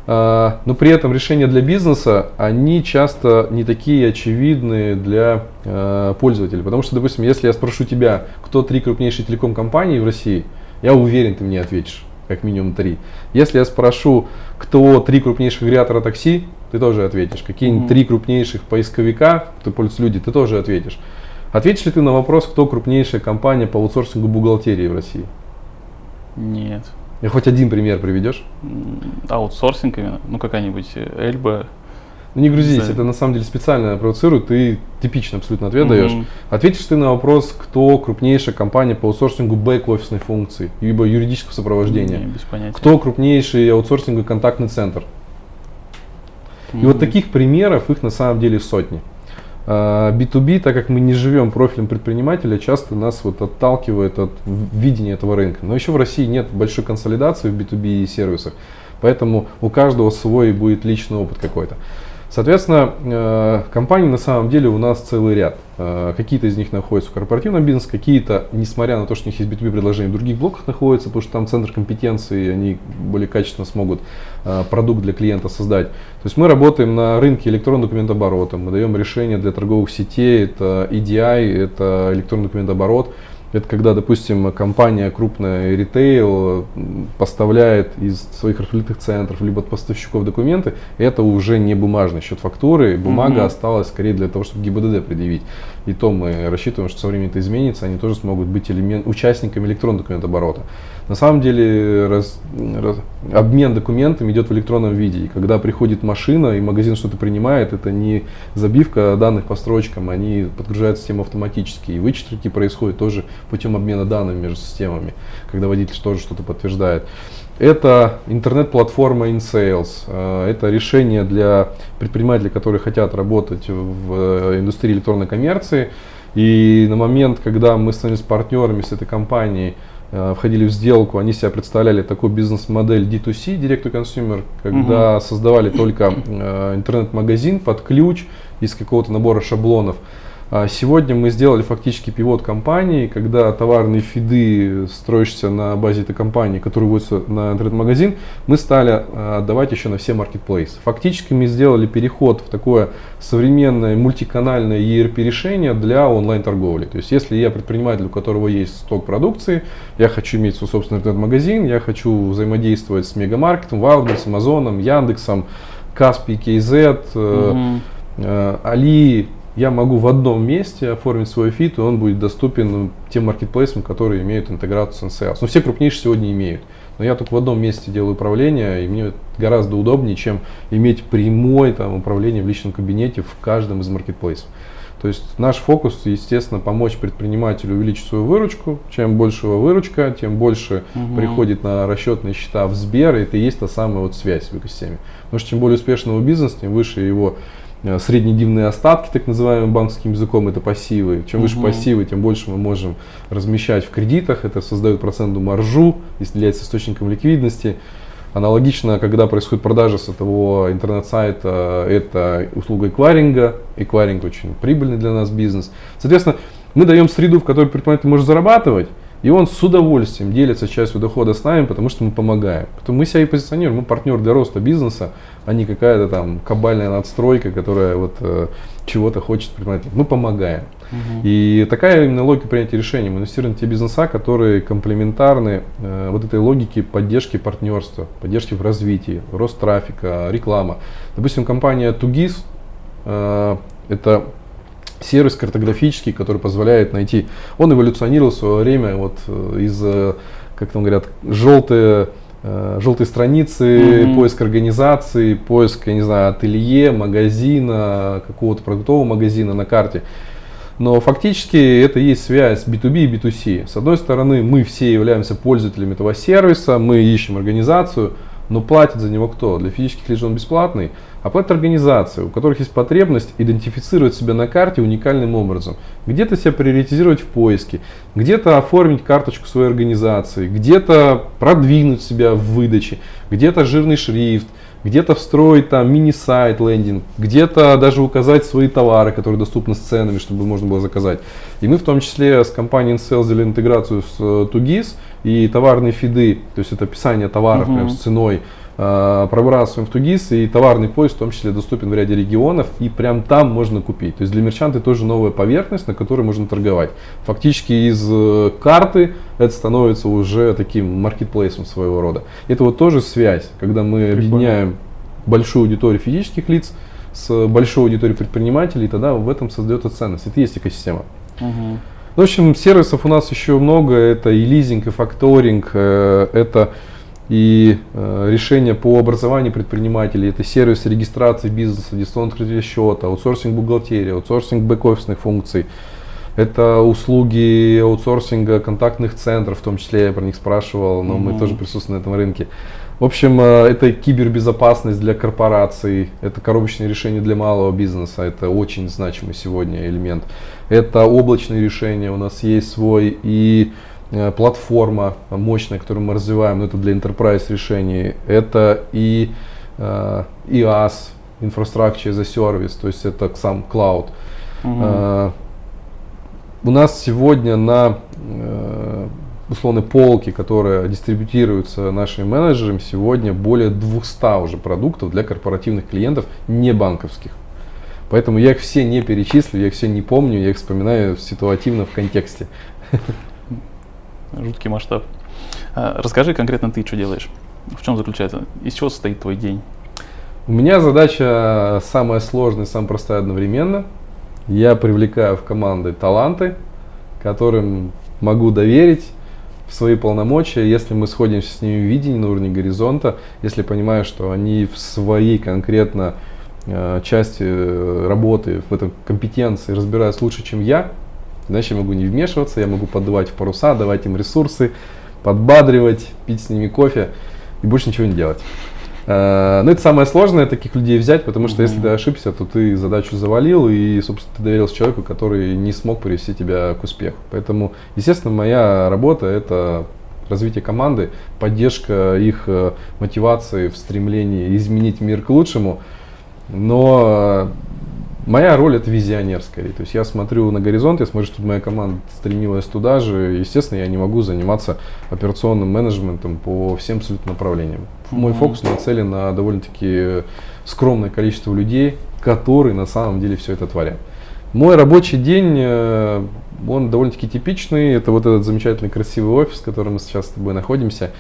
Но при этом решения для бизнеса, они часто не такие очевидные для пользователей. Потому что, допустим, если я спрошу тебя, кто три крупнейшие телеком-компании в России, я уверен, ты мне ответишь, как минимум три. Если я спрошу, кто три крупнейших агрегатора такси, ты тоже ответишь. Какие-нибудь mm-hmm. три крупнейших поисковика, кто пользуются люди, ты тоже ответишь. Ответишь ли ты на вопрос, кто крупнейшая компания по аутсорсингу бухгалтерии в России? Нет. И хоть один пример приведешь? Аутсорсинг именно? Ну, какая-нибудь Эльба. Ну, не грузись, да. Это на самом деле специально провоцирует, ты типичный абсолютно ответ угу. даешь. Ответишь ты на вопрос, кто крупнейшая компания по аутсорсингу бэк-офисной функции, либо юридического сопровождения? Не, без понятия. Кто крупнейший аутсорсинговый контактный центр? Угу. И вот таких примеров, их на самом деле сотни. би ту би, так как мы не живем профилем предпринимателя, часто нас вот отталкивает от видения этого рынка. Но еще в России нет большой консолидации в би ту би сервисах, поэтому у каждого свой будет личный опыт какой-то. Соответственно, компаний на самом деле у нас целый ряд. Какие-то из них находятся в корпоративном бизнесе, какие-то, несмотря на то, что у них есть би ту би предложения, в других блоках находятся, потому что там центр компетенции, они более качественно смогут продукт для клиента создать. То есть мы работаем на рынке электронного документооборота, мы даем решения для торговых сетей, это и ди ай, это электронный документооборот. Это когда, допустим, компания крупная ритейл поставляет из своих распределительных центров либо от поставщиков документы, это уже не бумажный счет фактуры, бумага mm-hmm. осталась скорее для того, чтобы ГИБДД предъявить. И то мы рассчитываем, что со временем это изменится, они тоже смогут быть элемент, участниками электронного документооборота. На самом деле раз, раз, обмен документами идет в электронном виде. И когда приходит машина и магазин что-то принимает, это не забивка данных по строчкам, они подгружают систему автоматически. И вычетки происходят тоже путем обмена данными между системами, когда водитель тоже что-то подтверждает. Это интернет-платформа InSales. Это решение для предпринимателей, которые хотят работать в индустрии электронной коммерции. И на момент, когда мы становились партнерами с этой компанией, входили в сделку, они себя представляли такую бизнес-модель ди ту си, Direct to Consumer, когда угу. создавали только интернет-магазин под ключ из какого-то набора шаблонов. Сегодня мы сделали фактически пивот компании, когда товарные фиды, строящиеся на базе этой компании, которые вводятся на интернет-магазин, мы стали отдавать еще на все маркетплейсы. Фактически мы сделали переход в такое современное мультиканальное и эр пи решение для онлайн-торговли. То есть если я предприниматель, у которого есть сток продукции, я хочу иметь свой собственный интернет-магазин, я хочу взаимодействовать с Мегамаркетом, Wildberries, Амазоном, Яндексом, Каспий, кей зет, угу. Али. Я могу в одном месте оформить свой фид, и он будет доступен тем маркетплейсам, которые имеют интеграцию с InSales. Но все крупнейшие сегодня имеют. Но я только в одном месте делаю управление, и мне гораздо удобнее, чем иметь прямое там, управление в личном кабинете в каждом из маркетплейсов. То есть наш фокус, естественно, помочь предпринимателю увеличить свою выручку. Чем больше его выручка, тем больше угу. приходит на расчетные счета в Сбер, и это и есть та самая вот связь в экосистеме. Потому что чем более успешный его бизнес, тем выше его среднедневные остатки, так называемым банковским языком, это пассивы. Чем выше uh-huh. пассивы, тем больше мы можем размещать в кредитах. Это создает процентную маржу, если является источником ликвидности. Аналогично, когда происходит продажа с этого интернет-сайта, это услуга эквайринга. Эквайринг очень прибыльный для нас бизнес. Соответственно, мы даем среду, в которой предприниматель может зарабатывать, и он с удовольствием делится частью дохода с нами, потому что мы помогаем. Потому мы себя и позиционируем, мы партнер для роста бизнеса, а не какая-то там кабальная надстройка, которая вот э, чего-то хочет предприниматель. Мы помогаем. Угу. И такая именно логика принятия решений. Мы инвестируем в те бизнеса, которые комплементарны э, вот этой логике поддержки партнерства, поддержки в развитии, рост трафика, реклама. Допустим, компания Тугис, э, это сервис картографический, который позволяет найти. Он эволюционировал в свое время вот из, как там говорят, желтые, желтые страницы, mm-hmm. поиск организации, поиск, я не знаю, ателье, магазина, какого-то продуктового магазина на карте. Но фактически это и есть связь би ту би и би ту си. С одной стороны, мы все являемся пользователями этого сервиса, мы ищем организацию, но платит за него кто? Для физических лиц он бесплатный, а платят организации, у которых есть потребность идентифицировать себя на карте уникальным образом. Где-то себя приоритизировать в поиске, где-то оформить карточку своей организации, где-то продвинуть себя в выдаче, где-то жирный шрифт, где-то встроить там мини-сайт, лендинг, где-то даже указать свои товары, которые доступны с ценами, чтобы можно было заказать. И мы в том числе с компанией InSales сделали интеграцию с Тугис и товарные фиды, то есть это описание товаров uh-huh. прям с ценой, э, пробрасываем в Тугис, и товарный поиск в том числе доступен в ряде регионов, и прям там можно купить. То есть для мерчанта тоже новая поверхность, на которой можно торговать. Фактически из карты это становится уже таким маркетплейсом своего рода. Это вот тоже связь, когда мы Прикольно. объединяем большую аудиторию физических лиц с большой аудиторией предпринимателей, и тогда в этом создается ценность. Это и есть экосистема. Uh-huh. В общем, сервисов у нас еще много. Это и лизинг, и факторинг, это и решения по образованию предпринимателей, это сервис регистрации бизнеса, дистанционного открытия счета, аутсорсинг бухгалтерии, аутсорсинг бэк-офисных функций. Это услуги аутсорсинга контактных центров, в том числе я про них спрашивал, но mm-hmm. мы тоже присутствуем на этом рынке. В общем, это кибербезопасность для корпораций, это коробочные решения для малого бизнеса, это очень значимый сегодня элемент. Это облачные решения, у нас есть свой и платформа мощная, которую мы развиваем, но это для enterprise решений. Это и и ас, Infrastructure as a Service, то есть это сам cloud. Mm-hmm. У нас сегодня на условной полке, которая дистрибутируется нашими менеджерами, сегодня более двухсот уже продуктов для корпоративных клиентов, не банковских. Поэтому я их все не перечислю, я их все не помню, я их вспоминаю ситуативно в контексте. Жуткий масштаб. Расскажи конкретно ты, что делаешь? В чем заключается? Из чего состоит твой день? У меня задача самая сложная, самая простая одновременно. Я привлекаю в команды таланты, которым могу доверить в свои полномочия, если мы сходимся с ними в видении на уровне горизонта, если понимаю, что они в своей конкретно э, части работы, в этой компетенции разбираются лучше, чем я, значит я могу не вмешиваться, я могу поддавать в паруса, давать им ресурсы, подбадривать, пить с ними кофе и больше ничего не делать. Э, но это самое сложное, таких людей взять, потому что mm-hmm. если ты ошибся, то ты задачу завалил и, собственно, ты доверился человеку, который не смог привести тебя к успеху. Поэтому, естественно, моя работа – это развитие команды, поддержка их мотивации в стремлении изменить мир к лучшему. Но моя роль – это визионер скорее. То есть я смотрю на горизонт, я смотрю, что моя команда стремилась туда же. Естественно, я не могу заниматься операционным менеджментом по всем абсолютно направлениям. Мой фокус нацелен на довольно-таки скромное количество людей, которые на самом деле все это творят. Мой рабочий день, он довольно-таки типичный. Это вот этот замечательный красивый офис, в котором мы сейчас с тобой находимся.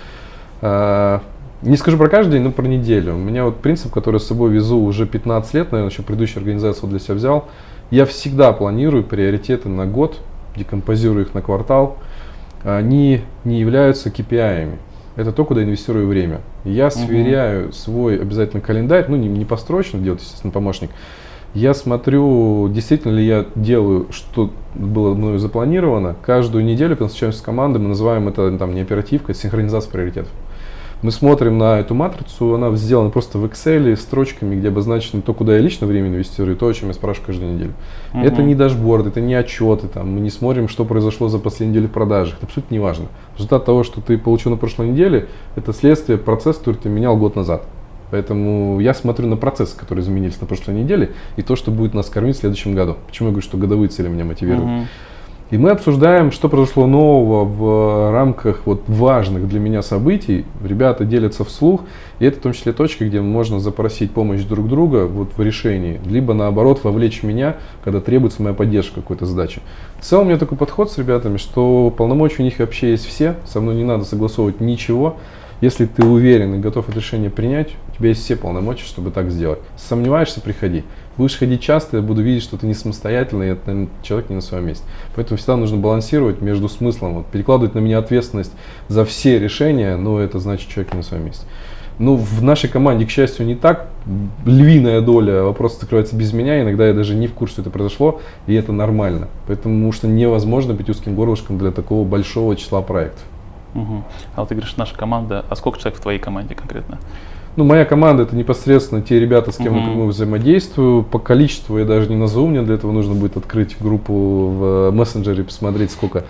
Не скажу про каждый день, но про неделю. У меня вот принцип, который с собой везу уже пятнадцать лет, наверное, еще предыдущую организацию для себя взял. Я всегда планирую приоритеты на год, декомпозирую их на квартал. Они не являются кей пи ай-ами. Это то, куда инвестирую время. Я сверяю uh-huh. свой обязательно календарь, ну не, не построчно делает, естественно, помощник. Я смотрю, действительно ли я делаю, что было мною запланировано. Каждую неделю, когда встречаемся с командой, мы называем это там, не оперативка, это синхронизация приоритетов. Мы смотрим на эту матрицу, она сделана просто в Excel, строчками, где обозначено то, куда я лично время инвестирую, то, о чем я спрашиваю каждую неделю. Uh-huh. Это не дашборд, это не отчеты, там, мы не смотрим, что произошло за последнюю неделю в продажах, это абсолютно не важно. Результат того, что ты получил на прошлой неделе, это следствие процесса, который ты менял год назад. Поэтому я смотрю на процессы, которые изменились на прошлой неделе, и то, что будет нас кормить в следующем году. Почему я говорю, что годовые цели меня мотивируют. Uh-huh. И мы обсуждаем, что произошло нового в рамках вот важных для меня событий. Ребята делятся вслух, и это в том числе точка, где можно запросить помощь друг друга вот в решении, либо наоборот вовлечь меня, когда требуется моя поддержка какой-то задачи. В целом у меня такой подход с ребятами, что полномочия у них вообще есть все, со мной не надо согласовывать ничего. Если ты уверен и готов это решение принять, у тебя есть все полномочия, чтобы так сделать. Сомневаешься, приходи. Будешь ходить часто, я буду видеть, что ты не самостоятельный, и это человек не на своем месте. Поэтому всегда нужно балансировать между смыслом. Вот, перекладывать на меня ответственность за все решения, но это значит, человек не на своем месте. Ну, в нашей команде, к счастью, не так. Львиная доля вопросов закрывается без меня. Иногда я даже не в курсе, что это произошло, и это нормально. Потому что невозможно быть узким горлышком для такого большого числа проектов. Угу. А вот ты говоришь, наша команда, а сколько человек в твоей команде конкретно? Ну, моя команда — это непосредственно те ребята, с кем Uh-huh. я взаимодействую. По количеству я даже не назову, мне для этого нужно будет открыть группу в мессенджере, посмотреть сколько.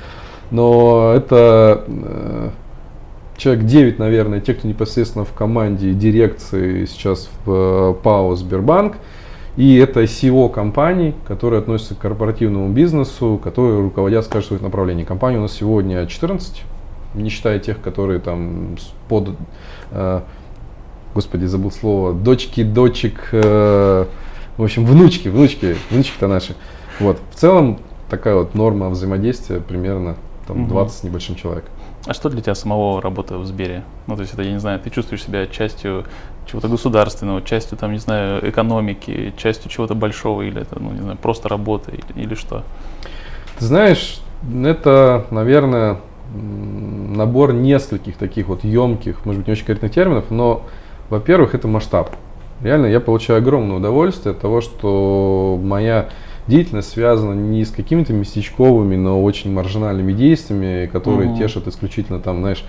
Но это э, человек девять, наверное, те, кто непосредственно в команде дирекции сейчас в ПАО «Сбербанк». И это си и о компаний, которые относятся к корпоративному бизнесу, которые руководят, скажем, своих направлений. Компаний у нас сегодня четырнадцать, не считая тех, которые там под... Э, Господи, забыл слово, дочки, дочек, э, в общем, внучки, внучки, внучки-то наши. Вот, в целом такая вот норма взаимодействия примерно там, двадцать с небольшим человек. А что для тебя самого работа в Сбере? Ну, то есть это, я не знаю, ты чувствуешь себя частью чего-то государственного, частью, там, не знаю, экономики, частью чего-то большого, или это, ну, не знаю, просто работа, или, или что? Ты знаешь, это, наверное, набор нескольких таких вот емких, может быть, не очень корректных терминов, но во-первых, это масштаб. Реально, я получаю огромное удовольствие от того, что моя деятельность связана не с какими-то местечковыми, но очень маржинальными действиями, которые uh-huh. тешат исключительно, там, знаешь,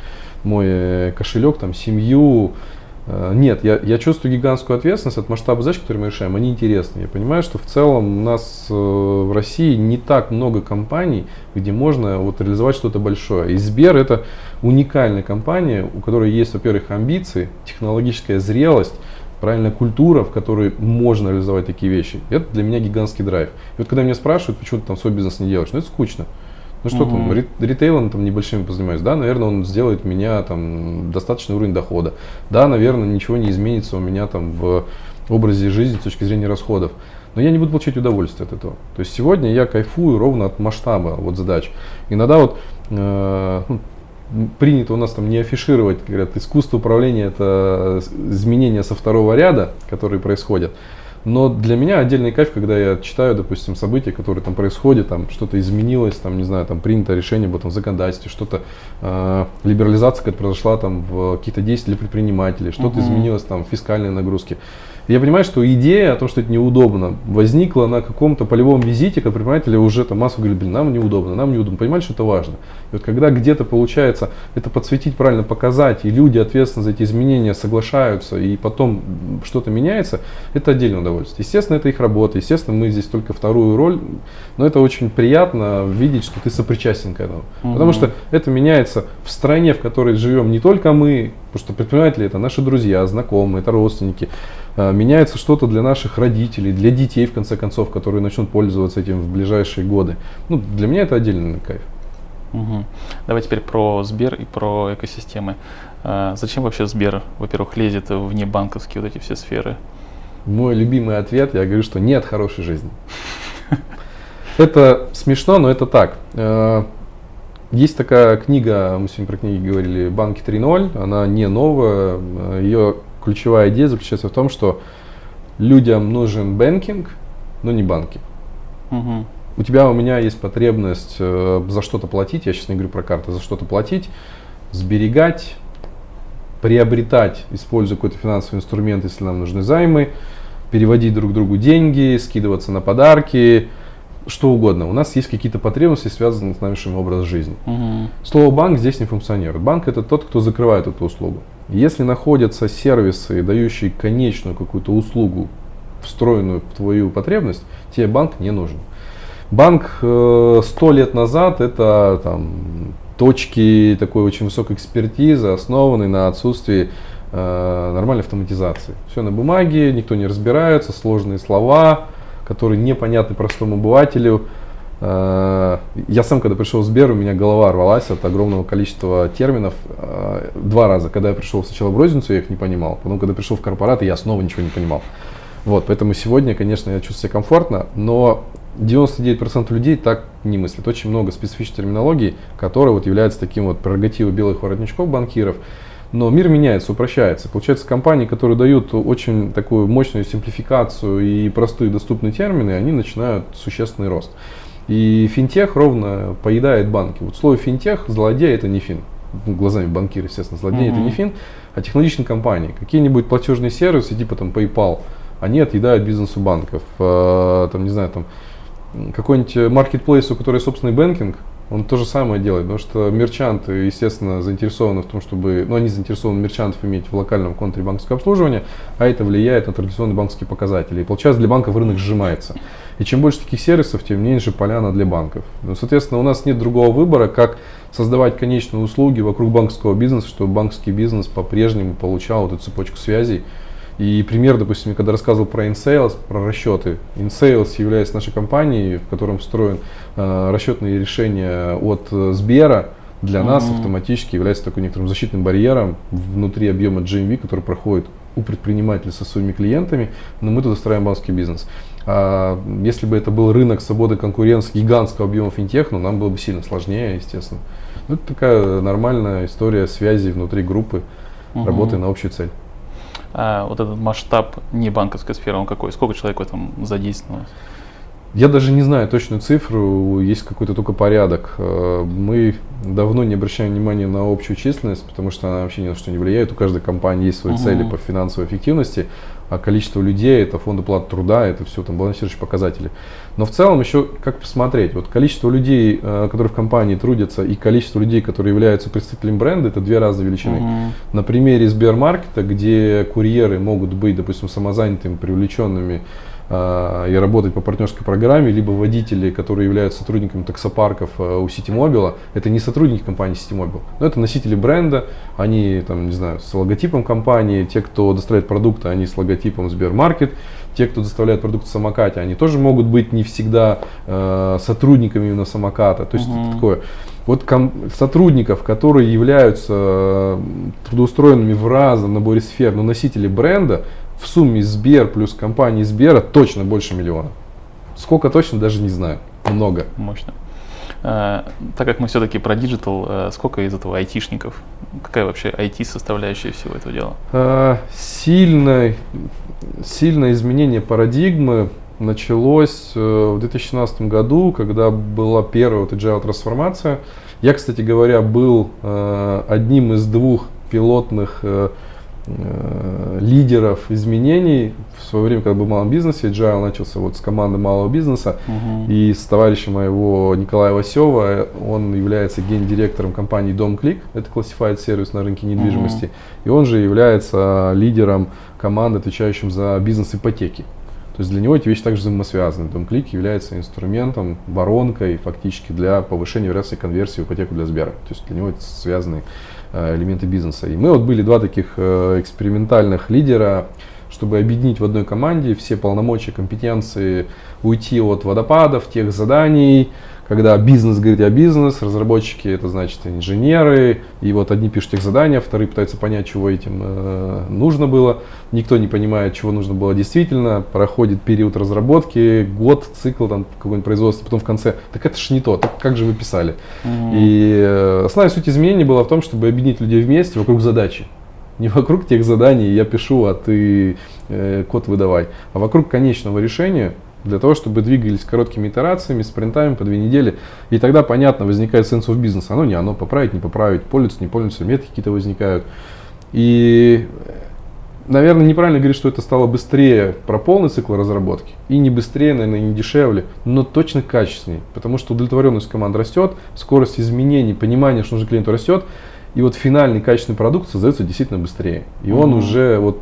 мой кошелек, там, семью. Нет, я, я чувствую гигантскую ответственность от масштаба задач, которые мы решаем. Они интересны. Я понимаю, что в целом у нас в России не так много компаний, где можно вот реализовать что-то большое. И Сбер — это уникальная компания, у которой есть, во-первых, амбиции, технологическая зрелость, правильная культура, в которой можно реализовать такие вещи. Это для меня гигантский драйв. И вот когда меня спрашивают, почему ты там свой бизнес не делаешь, ну это скучно. Ну что uh-huh. там, ритейлом там небольшими позанимаюсь, да, наверное, он сделает меня там достаточный уровень дохода, да, наверное, ничего не изменится у меня там в образе жизни с точки зрения расходов, но я не буду получать удовольствие от этого. То есть сегодня я кайфую ровно от масштаба вот задач. Иногда вот э, ну, принято у нас там не афишировать, говорят, искусство управления — это изменения со второго ряда, которые происходят. Но для меня отдельный кайф, когда я читаю, допустим, события, которые там происходят, там что-то изменилось, там, не знаю, там принято решение об этом законодательстве, что-то, э, либерализация какая-то произошла там в каких-то действиях для предпринимателей, что-то uh-huh. изменилось там в фискальной нагрузке. И я понимаю, что идея о том, что это неудобно, возникла на каком-то полевом визите, когда предприниматели уже там массово говорили, блин, нам неудобно, нам неудобно, понимали, что это важно. И вот когда где-то получается это подсветить, правильно показать, и люди ответственно за эти изменения соглашаются, и потом что-то меняется, это отдельное удовольствие. Естественно, это их работа, естественно, мы здесь только вторую роль, но это очень приятно видеть, что ты сопричастен к этому. Uh-huh. Потому что это меняется в стране, в которой живем не только мы, потому что предприниматели — это наши друзья, знакомые, это родственники. Меняется что-то для наших родителей, для детей, в конце концов, которые начнут пользоваться этим в ближайшие годы. Ну, для меня это отдельный кайф. Угу. Давай теперь про Сбер и про экосистемы. А зачем вообще Сбер, во-первых, лезет в небанковские вот эти все сферы? Мой любимый ответ, я говорю, что нет хорошей жизни. Это смешно, но это так. Есть такая книга, мы сегодня про книги говорили, «Банки три ноль», она не новая, ее ключевая идея заключается в том, что людям нужен бэнкинг, но не банки. Угу. У тебя, у меня есть потребность э, за что-то платить, я сейчас не говорю про карты, за что-то платить, сберегать, приобретать, используя какой-то финансовый инструмент, если нам нужны займы, переводить друг другу деньги, скидываться на подарки, что угодно. У нас есть какие-то потребности, связанные с нашим образом жизни. Угу. Слово банк здесь не функционирует. Банк — это тот, кто закрывает эту услугу. Если находятся сервисы, дающие конечную какую-то услугу, встроенную в твою потребность, тебе банк не нужен. Банк сто э, лет назад — это там, точки такой очень высокой экспертизы, основанные на отсутствии э, нормальной автоматизации. Все на бумаге, никто не разбирается, сложные слова, которые непонятны простому обывателю. Э, я сам, когда пришел в Сбер, у меня голова рвалась от огромного количества терминов. Э, два раза, когда я пришел сначала в розницу, я их не понимал, потом, когда пришел в корпорат, я снова ничего не понимал. Вот, поэтому сегодня, конечно, я чувствую себя комфортно, но девяносто девять процентов людей так не мыслят. Очень много специфической терминологии, которая вот является таким вот прерогативой белых воротничков банкиров. Но мир меняется, упрощается. Получается, компании, которые дают очень такую мощную симплификацию и простые доступные термины, они начинают существенный рост. И финтех ровно поедает банки. Вот слово финтех, злодей — это не фин. Ну, глазами банкира, естественно, злодей mm-hmm. это не фин, а технологичные компании. Какие-нибудь платежные сервисы, типа там PayPal, они отъедают бизнес у банков. Э, там, не знаю, там какой-нибудь маркетплейс, у которого собственный бэнкинг, Он то же самое делает, потому что мерчанты, естественно, заинтересованы в том, чтобы, ну, они заинтересованы мерчантов иметь в локальном контуре банковского обслуживания, а это влияет на традиционные банковские показатели. И получается, для банков рынок сжимается. И чем больше таких сервисов, тем меньше поляна для банков. Ну, соответственно, у нас нет другого выбора, как создавать конечные услуги вокруг банковского бизнеса, чтобы банковский бизнес по-прежнему получал вот эту цепочку связей. И пример, допустим, я когда рассказывал про InSales, про расчеты. InSales является нашей компанией, в котором встроен э, расчетные решения от э, Сбера. Для mm-hmm. нас автоматически является такой некоторым защитным барьером внутри объема джи эм ви, который проходит у предпринимателей со своими клиентами, но мы туда строим банковский бизнес. А если бы это был рынок свободы конкуренции гигантского объема финтех, ну, нам было бы сильно сложнее, естественно. Ну, это такая нормальная история связи внутри группы, mm-hmm. работы на общую цель. А вот этот масштаб не банковской сферы, он какой? Сколько человек в этом задействовано? Я даже не знаю точную цифру, есть какой-то только порядок. Мы давно не обращаем внимания на общую численность, потому что она вообще ни на что не влияет. У каждой компании есть свои uh-huh. цели по финансовой эффективности, а количество людей, это фонд оплаты труда, это все там балансирующие показатели. Но в целом еще как посмотреть, вот количество людей, которые в компании трудятся, и количество людей, которые являются представителями бренда, это две разные величины. Uh-huh. На примере Сбермаркета, где курьеры могут быть, допустим, самозанятыми, привлеченными и работать по партнерской программе, либо водители, которые являются сотрудниками таксопарков у Ситимобила, это не сотрудники компании Ситимобил, но это носители бренда, они там, не знаю, с логотипом компании, те, кто доставляет продукты, они с логотипом Сбермаркет, те, кто доставляет продукты в самокате, они тоже могут быть не всегда э, сотрудниками именно самоката, то есть uh-huh. это такое. Вот ком- сотрудников, которые являются трудоустроенными в разном наборе сфер, но носители бренда, в сумме Сбер плюс компании Сбера точно больше миллиона. Сколько точно, даже не знаю. Много. Мощно. А, так как мы все-таки про диджитал, а сколько из этого айтишников? Какая вообще ай ти-составляющая всего этого дела? А, сильное, сильное изменение парадигмы началось в две тысячи шестнадцатом году, когда была первая вот agile трансформация. Я, кстати говоря, был а, одним из двух пилотных а, лидеров изменений в свое время, когда был в малом бизнесе. Agile начался вот с команды малого бизнеса, uh-huh. и с товарища моего Николая Васева, он является гендиректором компании DomClick, это classified сервис на рынке недвижимости, uh-huh. и он же является лидером команды, отвечающим за бизнес ипотеки. То есть для него эти вещи также взаимосвязаны. DomClick является инструментом, воронкой фактически для повышения вероятности конверсии в ипотеку для Сбера. То есть для него это связанные элементы бизнеса. И мы вот были два таких экспериментальных лидера, чтобы объединить в одной команде все полномочия, компетенции, уйти от водопадов, тех заданий, когда бизнес говорит «я бизнес», разработчики это значит инженеры, и вот одни пишут тех задания, вторые пытаются понять, чего этим э, нужно было, никто не понимает, чего нужно было действительно, проходит период разработки, год, цикл там какое-нибудь производство, потом в конце, так это ж не то, так как же вы писали. Mm-hmm. И э, основная суть изменений была в том, чтобы объединить людей вместе вокруг задачи. Не вокруг тех заданий я пишу, а ты э, код выдавай, а вокруг конечного решения, для того, чтобы двигались короткими итерациями, спринтами по две недели. И тогда, понятно, возникает sense of business. Оно не оно, поправить, не поправить, пользоваться, не пользоваться, метки какие-то возникают. И, наверное, неправильно говорить, что это стало быстрее про полный цикл разработки. И не быстрее, наверное, не дешевле, но точно качественнее. Потому что удовлетворенность команд растет, скорость изменений, понимание, что нужно клиенту растет. И вот финальный качественный продукт создается действительно быстрее. И mm-hmm. он уже вот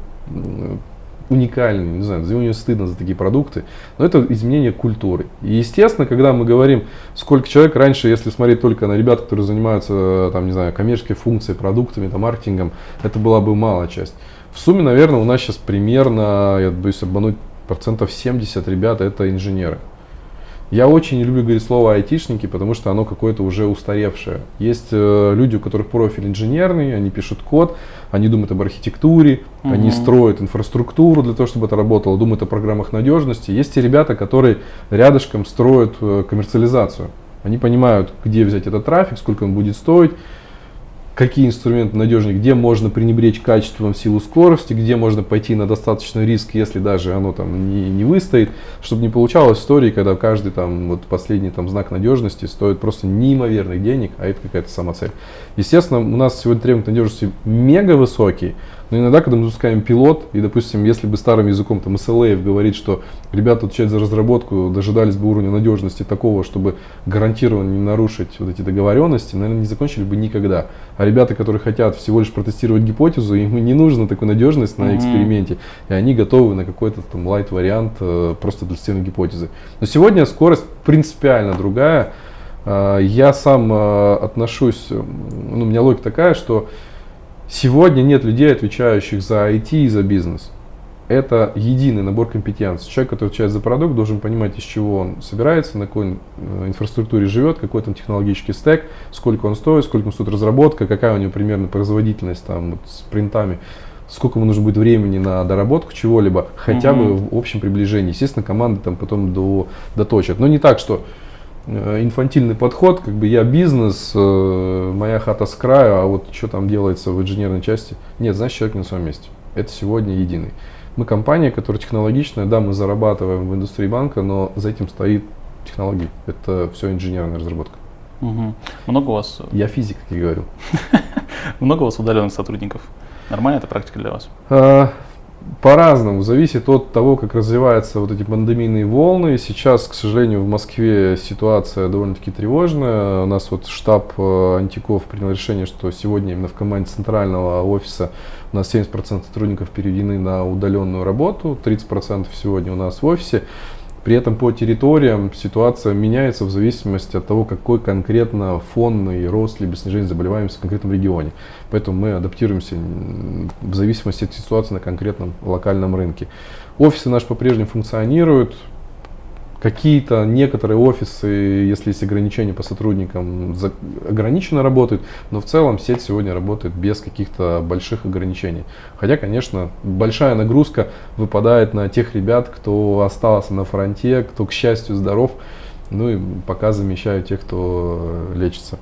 уникальный, не знаю, за него стыдно за такие продукты, но это изменение культуры. И естественно, когда мы говорим, сколько человек раньше, если смотреть только на ребят, которые занимаются, там, не знаю, коммерческой функцией, продуктами, там, маркетингом, это была бы малая часть. В сумме, наверное, у нас сейчас примерно, я боюсь обмануть, процентов семьдесят ребят это инженеры. Я очень не люблю говорить слово айтишники, потому что оно какое-то уже устаревшее. Есть э, люди, у которых профиль инженерный, они пишут код, они думают об архитектуре, uh-huh. они строят инфраструктуру для того, чтобы это работало, думают о программах надежности. Есть те ребята, которые рядышком строят э, коммерциализацию. Они понимают, где взять этот трафик, сколько он будет стоить, какие инструменты надежнее, где можно пренебречь качеством в силу скорости, где можно пойти на достаточный риск, если даже оно там не, не выстоит, чтобы не получалось истории, когда каждый там вот последний там знак надежности стоит просто неимоверных денег, а это какая-то самоцель. Естественно, у нас сегодня требования надежности мега высокие, Но иногда, когда мы запускаем пилот, и, допустим, если бы старым языком там эс эл эй говорит, что ребята отвечают за разработку, дожидались бы уровня надежности такого, чтобы гарантированно не нарушить вот эти договоренности, наверное, не закончили бы никогда. А ребята, которые хотят всего лишь протестировать гипотезу, им не нужна такая надежность на эксперименте, и они готовы на какой-то там лайт-вариант э, просто для тестирования гипотезы. Но сегодня скорость принципиально другая. Э, я сам э, отношусь, ну, у меня логика такая, что сегодня нет людей, отвечающих за ай ти и за бизнес. Это единый набор компетенций. Человек, который отвечает за продукт, должен понимать, из чего он собирается, на какой инфраструктуре живет, какой там технологический стек, сколько он стоит, сколько ему стоит разработка, какая у него примерно производительность там, вот, с принтами, сколько ему нужно будет времени на доработку чего-либо, хотя mm-hmm. бы в общем приближении. Естественно, команды там потом до, доточат. Но не так, что инфантильный подход, как бы я бизнес, моя хата с краю, а вот что там делается в инженерной части. Нет, значит, человек не на своем месте. Это сегодня единый. Мы компания, которая технологичная, да, мы зарабатываем в индустрии банка, но за этим стоит технологии. Это все инженерная разработка. Угу. Много у вас? Я физик, как я говорил. Много у вас удаленных сотрудников? Нормальная эта практика для вас? По-разному, зависит от того, как развиваются вот эти пандемийные волны. Сейчас, к сожалению, в Москве ситуация довольно-таки тревожная. У нас вот штаб Антиков принял решение, что сегодня именно в команде центрального офиса у нас семьдесят процентов сотрудников переведены на удаленную работу, тридцать процентов сегодня у нас в офисе. При этом по территориям ситуация меняется в зависимости от того, какой конкретно фонный рост либо снижение заболеваемости в конкретном регионе. Поэтому мы адаптируемся в зависимости от ситуации на конкретном локальном рынке. Офисы наши по-прежнему функционируют. Какие-то некоторые офисы, если есть ограничения по сотрудникам, ограниченно работают, но в целом сеть сегодня работает без каких-то больших ограничений. Хотя, конечно, большая нагрузка выпадает на тех ребят, кто остался на фронте, кто, к счастью, здоров, ну и пока замещают тех, кто лечится.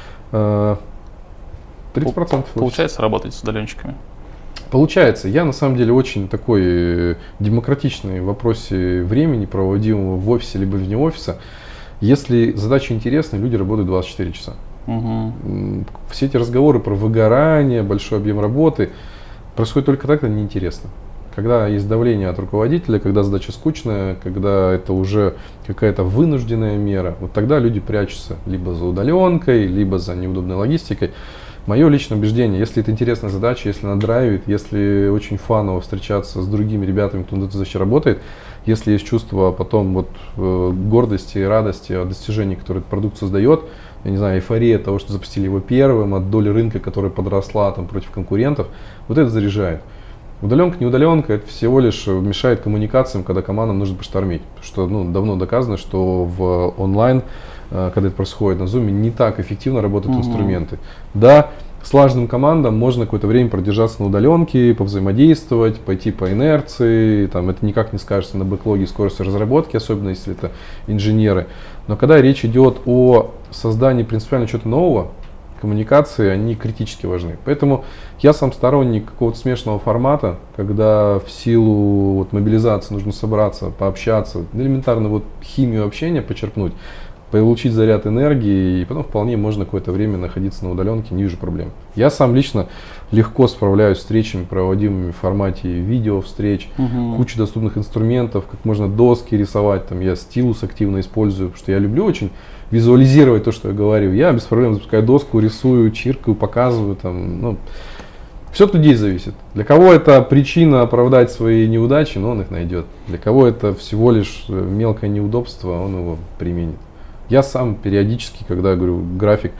тридцать процентов. Получается работать с удаленщиками? Получается. Я на самом деле очень такой демократичный в вопросе времени, проводимого в офисе либо вне офиса. Если задача интересная, люди работают двадцать четыре часа. Угу. Все эти разговоры про выгорание, большой объем работы происходит только так, когда неинтересно. Когда есть давление от руководителя, когда задача скучная, когда это уже какая-то вынужденная мера, вот тогда люди прячутся либо за удаленкой, либо за неудобной логистикой. Мое личное убеждение, если это интересная задача, если она драйвит, если очень фаново встречаться с другими ребятами, кто над этой задачей работает, если есть чувство потом вот, э, гордости и радости от достижений, которые этот продукт создает, я не знаю, эйфория от того, что запустили его первым, от доли рынка, которая подросла там, против конкурентов, вот это заряжает. Удаленка, не удаленка, это всего лишь мешает коммуникациям, когда командам нужно поштормить. Потому что ну, давно доказано, что в онлайн, когда это происходит на Zoom, не так эффективно работают mm-hmm. инструменты. Да, слаженным командам можно какое-то время продержаться на удаленке, повзаимодействовать, пойти по инерции. Там, это никак не скажется на бэклоге скорости разработки, особенно если это инженеры. Но когда речь идет о создании принципиально чего-то нового, коммуникации, они критически важны. Поэтому я сам сторонник какого-то смешанного формата, когда в силу вот, мобилизации нужно собраться, пообщаться, элементарно вот, химию общения почерпнуть, получить заряд энергии, и потом вполне можно какое-то время находиться на удаленке, не вижу проблем. Я сам лично легко справляюсь с встречами, проводимыми в формате видео встреч, угу. куча доступных инструментов, как можно доски рисовать, там, я стилус активно использую, потому что я люблю очень визуализировать то, что я говорю. Я без проблем запускаю доску, рисую, чиркаю, показываю. Там, ну, все от людей зависит. Для кого это причина оправдать свои неудачи, но он их найдет. Для кого это всего лишь мелкое неудобство, он его применит. Я сам периодически, когда говорю, график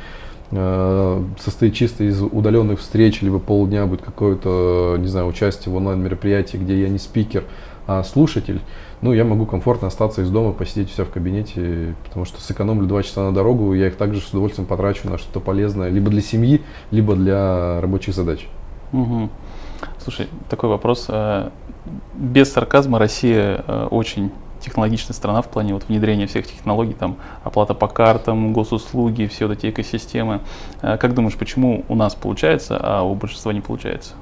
э, состоит чисто из удаленных встреч, либо полдня будет какое-то, не знаю, участие в онлайн-мероприятии, где я не спикер, а слушатель, ну, я могу комфортно остаться из дома, посидеть у себя в кабинете, потому что сэкономлю два часа на дорогу, я их также с удовольствием потрачу на что-то полезное, либо для семьи, либо для рабочих задач. Угу. Слушай, такой вопрос. Без сарказма, Россия очень технологичная страна в плане вот внедрения всех технологий, там оплата по картам, госуслуги, все вот эти экосистемы. Как думаешь, почему у нас получается, а у большинства не получается?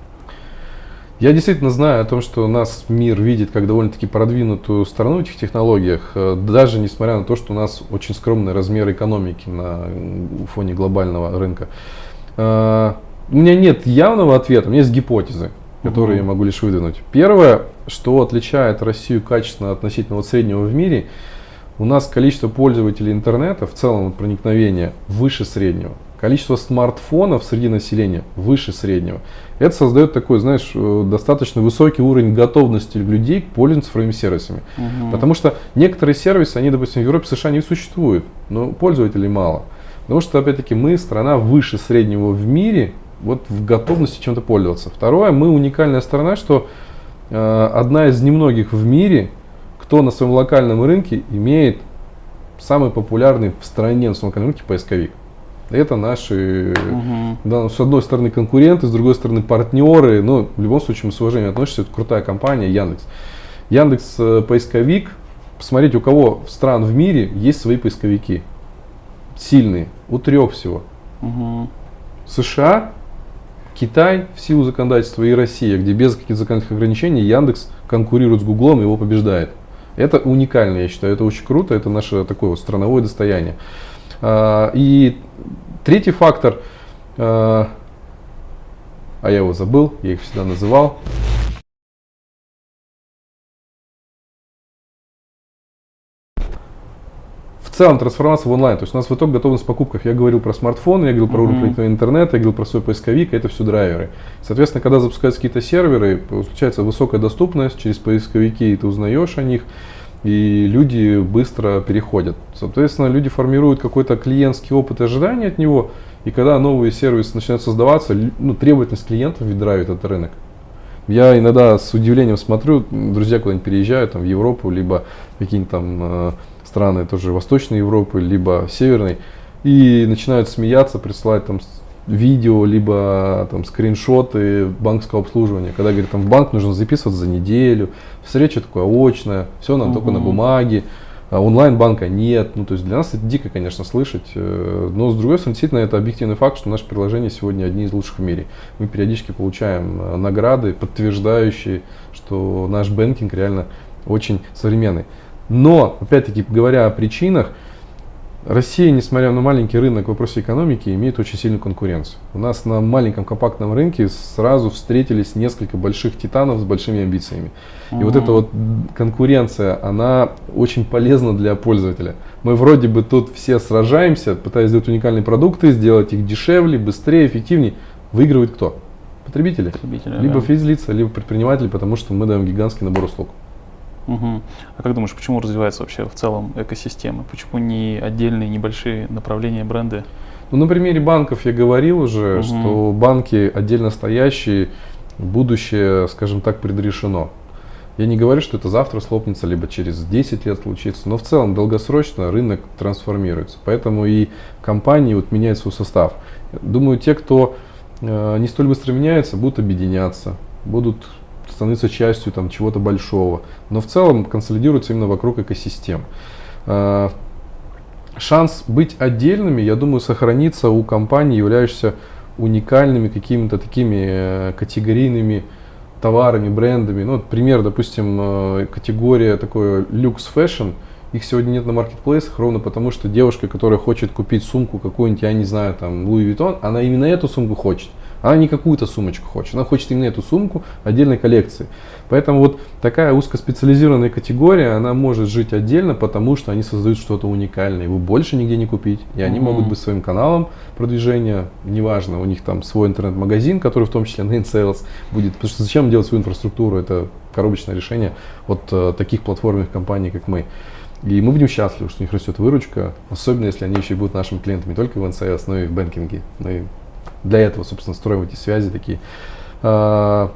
Я действительно знаю о том, что нас мир видит как довольно-таки продвинутую страну в этих технологиях, даже несмотря на то, что у нас очень скромный размер экономики на фоне глобального рынка. У меня нет явного ответа, у меня есть гипотезы. которые uh-huh. я могу лишь выдвинуть. Первое, что отличает Россию качественно относительно вот среднего в мире, у нас количество пользователей интернета, в целом вот проникновение, выше среднего. Количество смартфонов среди населения выше среднего. Это создает такой, знаешь, достаточно высокий уровень готовности людей пользоваться цифровыми сервисами. Uh-huh. Потому что некоторые сервисы, они, допустим, в Европе, в США не существуют, но пользователей мало. Потому что, опять-таки, мы страна выше среднего в мире вот в готовности чем-то пользоваться. Второе, мы уникальная страна, что э, одна из немногих в мире, кто на своем локальном рынке имеет самый популярный в стране на своем локальном рынке поисковик. Это наши, uh-huh. да, с одной стороны конкуренты, с другой стороны партнеры, но в любом случае мы с уважением относимся, это крутая компания Яндекс. Яндекс э, поисковик, посмотрите, у кого стран в мире есть свои поисковики, сильные, у трех всего. Uh-huh. США, Китай в силу законодательства и Россия, где без каких-то законодательных ограничений Яндекс конкурирует с Гуглом и его побеждает. Это уникально, я считаю, это очень круто, это наше такое вот страновое достояние. И третий фактор, а я его забыл, я их всегда называл. В целом трансформация в онлайн. То есть у нас в итоге готовность в покупках. Я говорил про смартфон, я говорил про уровень проникновения интернета, я говорил про свой поисковик, это все драйверы. Соответственно, когда запускаются какие-то серверы, случается высокая доступность, через поисковики ты узнаешь о них. И люди быстро переходят. Соответственно, люди формируют какой-то клиентский опыт и ожидания от него. И когда новые сервисы начинают создаваться, ну, требовательность клиентов ведь драйвит этот рынок. Я иногда с удивлением смотрю, друзья куда-нибудь переезжают там, в Европу, либо в какие-нибудь там э, страны тоже Восточной Европы, либо Северной, и начинают смеяться, присылать там видео, либо там скриншоты банковского обслуживания, когда говорят, там в банк нужно записываться за неделю, встреча такое очная, все нам uh-huh. только на бумаге, а онлайн-банка нет. Ну, то есть для нас это дико, конечно, слышать, но с другой стороны, действительно, это объективный факт, что наши приложения сегодня одни из лучших в мире. Мы периодически получаем награды, подтверждающие, что наш бэнкинг реально очень современный. Но, опять-таки, говоря о причинах, Россия, несмотря на маленький рынок в вопросе экономики, имеет очень сильную конкуренцию. У нас на маленьком компактном рынке сразу встретились несколько больших титанов с большими амбициями. И mm-hmm. вот эта вот конкуренция, она очень полезна для пользователя. Мы вроде бы тут все сражаемся, пытаясь сделать уникальные продукты, сделать их дешевле, быстрее, эффективнее. Выигрывает кто? Потребители. Потребители либо да. физлица, либо предприниматели, потому что мы даем гигантский набор услуг. Угу. А как думаешь, почему развивается вообще в целом экосистема? Почему не отдельные небольшие направления, бренды? Ну, на примере банков я говорил уже, угу. что банки отдельно стоящие, будущее, скажем так, предрешено. Я не говорю, что это завтра слопнется, либо через десять лет случится, но в целом долгосрочно рынок трансформируется. Поэтому и компании вот меняют свой состав. Думаю, те, кто э, не столь быстро меняется, будут объединяться, будут становиться частью там, чего-то большого. Но в целом консолидируется именно вокруг экосистем. Э, шанс быть отдельными, я думаю, сохранится у компаний, являющихся уникальными какими-то такими э, категорийными товарами, брендами. Ну, вот пример, допустим, категория такой люкс фэшн, их сегодня нет на маркетплейсах, ровно потому, что девушка, которая хочет купить сумку какую-нибудь, я не знаю, там, Louis Vuitton, она именно эту сумку хочет. Она не какую-то сумочку хочет, она хочет именно эту сумку отдельной коллекции. Поэтому вот такая узкоспециализированная категория, она может жить отдельно, потому что они создают что-то уникальное, его больше нигде не купить. И они mm-hmm. могут быть своим каналом продвижения, неважно, у них там свой интернет-магазин, который в том числе на InSales будет. Потому что зачем делать свою инфраструктуру, это коробочное решение от э, таких платформенных компаний, как мы. И мы будем счастливы, что у них растет выручка, особенно если они еще и будут нашими клиентами не только в InSales, но и в бэнкинге. Мы для этого, собственно, строим эти связи такие. А,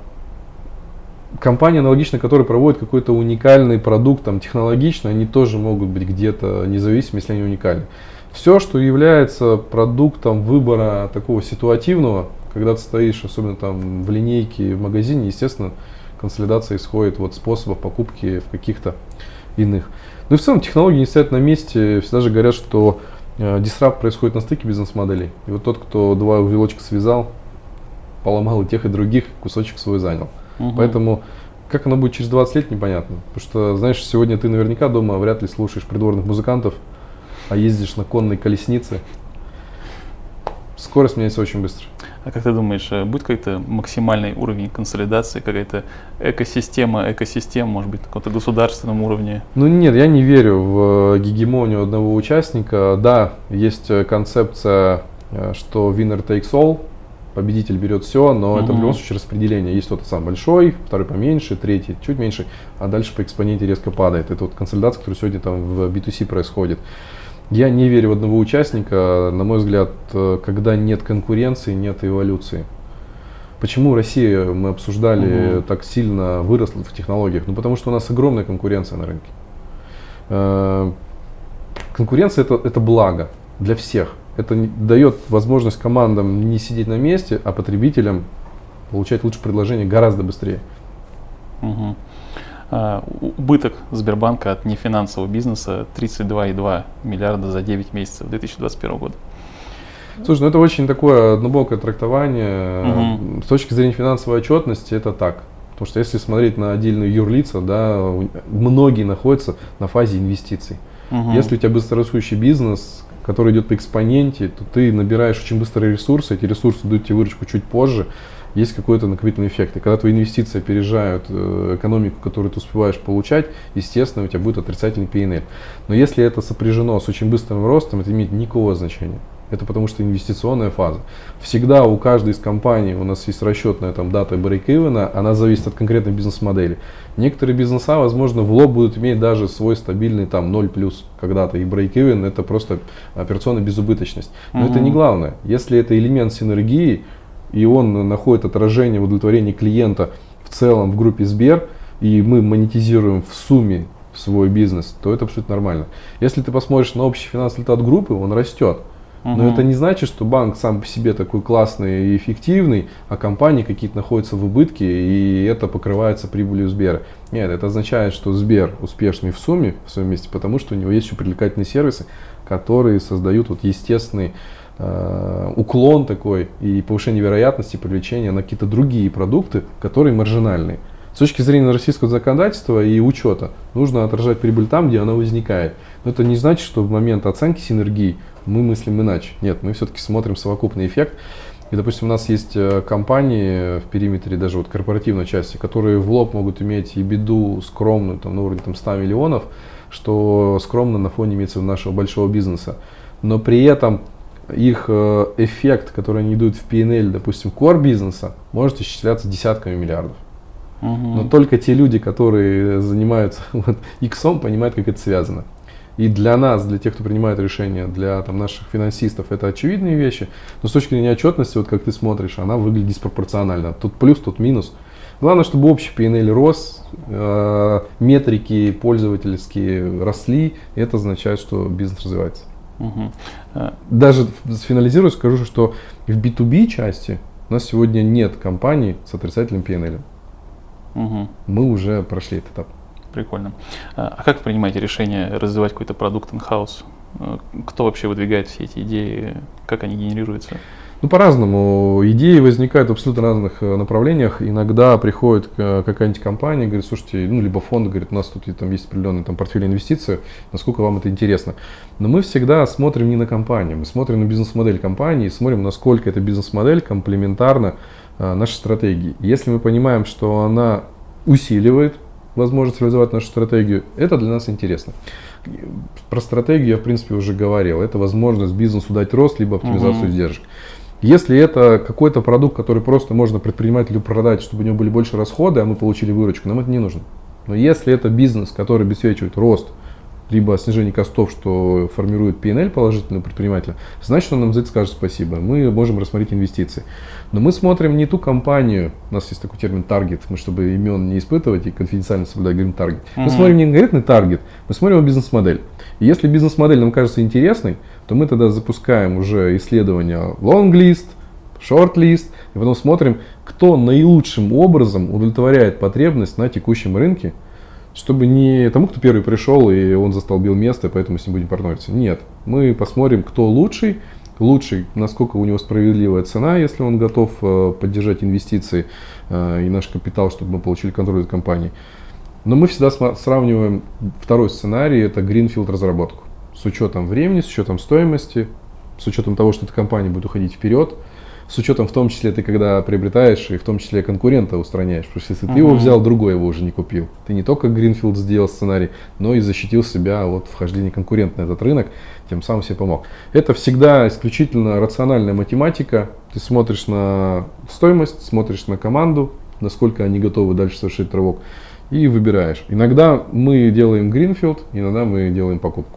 компании, аналогично которой проводят какой-то уникальный продукт, там, технологично, они тоже могут быть где-то независимы, если они уникальны. Все, что является продуктом выбора такого ситуативного, когда ты стоишь, особенно там в линейке, в магазине, естественно, консолидация исходит от способов покупки в каких-то иных. Ну и в целом технологии не стоят на месте, всегда же говорят, что дисрапт происходит на стыке бизнес-моделей. И вот тот, кто два узелочка связал, поломал и тех, и других, кусочек свой занял. Угу. Поэтому, как оно будет через двадцать лет, непонятно. Потому что, знаешь, сегодня ты наверняка дома вряд ли слушаешь придворных музыкантов, а ездишь на конной колеснице. Скорость меняется очень быстро. А как ты думаешь, будет какой-то максимальный уровень консолидации, какая-то экосистема, экосистем, может быть, на каком-то государственном уровне? Ну нет, я не верю в гегемонию одного участника. Да, есть концепция, что winner takes all, победитель берет все, но uh-huh. это в любом случае распределение. Есть кто-то сам большой, второй поменьше, третий чуть меньше, а дальше по экспоненте резко падает. Это вот консолидация, которая сегодня там в би ту си происходит. Я не верю в одного участника. На мой взгляд, когда нет конкуренции, нет эволюции. Почему Россия, мы обсуждали, uh-huh. так сильно выросла в технологиях? Ну потому что у нас огромная конкуренция на рынке. Конкуренция это, это благо для всех. Это дает возможность командам не сидеть на месте, а потребителям получать лучшее предложение гораздо быстрее. Угу. А, убыток Сбербанка от нефинансового бизнеса тридцать два и два миллиарда за девять месяцев две тысячи двадцать первого года. Слушай, ну это очень такое однобокое трактование. Угу. С точки зрения финансовой отчетности это так. Потому что если смотреть на отдельные юрлица, да, многие находятся на фазе инвестиций. Угу. Если у тебя быстрорастущий бизнес, который идет по экспоненте, то ты набираешь очень быстрые ресурсы, эти ресурсы дают тебе выручку чуть позже, есть какой-то накопительный эффект. И когда твои инвестиции опережают экономику, которую ты успеваешь получать, естественно, у тебя будет отрицательный пи эн эл. Но если это сопряжено с очень быстрым ростом, это имеет никакого значения. Это потому что инвестиционная фаза. Всегда у каждой из компаний у нас есть расчетная там дата брейк-ивена, она зависит от конкретной бизнес-модели. Некоторые бизнеса, возможно, в лоб будут иметь даже свой стабильный там ноль плюс когда-то. И брейк-ивен это просто операционная безубыточность. Но mm-hmm. это не главное. Если это элемент синергии, и он находит отражение в удовлетворении клиента в целом в группе Сбер, и мы монетизируем в сумме свой бизнес, то это абсолютно нормально. Если ты посмотришь на общий финансовый результат группы, он растет. Но uh-huh. это не значит, что банк сам по себе такой классный и эффективный, а компании какие-то находятся в убытке, и это покрывается прибылью Сбера. Нет, это означает, что Сбер успешный в сумме, в своем месте, потому что у него есть еще привлекательные сервисы, которые создают вот естественный э, уклон такой и повышение вероятности привлечения на какие-то другие продукты, которые маржинальные. С точки зрения российского законодательства и учета нужно отражать прибыль там, где она возникает. Но это не значит, что в момент оценки синергии мы мыслим иначе. Нет, мы все-таки смотрим совокупный эффект. И, допустим, у нас есть компании в периметре даже вот корпоративной части, которые в лоб могут иметь и беду скромную там, на уровне там, ста миллионов, что скромно на фоне имеется нашего большого бизнеса. Но при этом их эффект, который они идут в пи эн эл, допустим, core бизнеса, может исчисляться десятками миллиардов. Угу. Но только те люди, которые занимаются вот, иксом, понимают, как это связано. И для нас, для тех, кто принимает решения, для там, наших финансистов, это очевидные вещи. Но с точки зрения отчетности, вот как ты смотришь, она выглядит диспропорционально. Тут плюс, тут минус. Главное, чтобы общий пи эн эл рос, э, метрики пользовательские росли. И это означает, что бизнес развивается. Угу. Даже финализирую, скажу, что в би ту би части у нас сегодня нет компаний с отрицательным пи эн эл. Угу. Мы уже прошли этот этап. Прикольно. А как вы принимаете решение развивать какой-то продукт in-house? Кто вообще выдвигает все эти идеи? Как они генерируются? Ну, по-разному. Идеи возникают в абсолютно разных направлениях. Иногда приходит какая-нибудь компания, говорит, слушайте, ну, либо фонд говорит, у нас тут там есть определенный там, портфель инвестиций, насколько вам это интересно. Но мы всегда смотрим не на компанию, мы смотрим на бизнес-модель компании, смотрим, насколько эта бизнес-модель комплементарна а, нашей стратегии. Если мы понимаем, что она усиливает возможность реализовать нашу стратегию, это для нас интересно. Про стратегию я, в принципе, уже говорил. Это возможность бизнесу дать рост, либо оптимизацию uh-huh. издержек. Если это какой-то продукт, который просто можно предпринимателю продать, чтобы у него были больше расходы, а мы получили выручку, нам это не нужно. Но если это бизнес, который обеспечивает рост, либо снижение костов, что формирует пи эн эл положительного предпринимателя, значит, он нам за это скажет спасибо. Мы можем рассмотреть инвестиции. Но мы смотрим не ту компанию, у нас есть такой термин таргет, мы, чтобы имен не испытывать и конфиденциально соблюдать, говорим таргет. Мы mm-hmm. смотрим не конкретный таргет, мы смотрим его бизнес-модель. И если бизнес-модель нам кажется интересной, то мы тогда запускаем уже исследование long-list, short-list, и потом смотрим, кто наилучшим образом удовлетворяет потребность на текущем рынке, чтобы не тому, кто первый пришел и он застолбил место, поэтому с ним будем партнериться. Нет, мы посмотрим, кто лучший, лучший, насколько у него справедливая цена, если он готов э, поддержать инвестиции э, и наш капитал, чтобы мы получили контроль над компанией. Но мы всегда см- сравниваем второй сценарий, это greenfield разработку. С учетом времени, с учетом стоимости, с учетом того, что эта компания будет уходить вперед. С учетом в том числе ты когда приобретаешь и в том числе конкурента устраняешь. Потому что если ты Uh-huh. его взял, другой его уже не купил. Ты не только Greenfield сделал сценарий, но и защитил себя от вхождения конкурента на этот рынок, тем самым себе помог. Это всегда исключительно рациональная математика. Ты смотришь на стоимость, смотришь на команду, насколько они готовы дальше совершить рывок, и выбираешь. Иногда мы делаем Greenfield, иногда мы делаем покупку.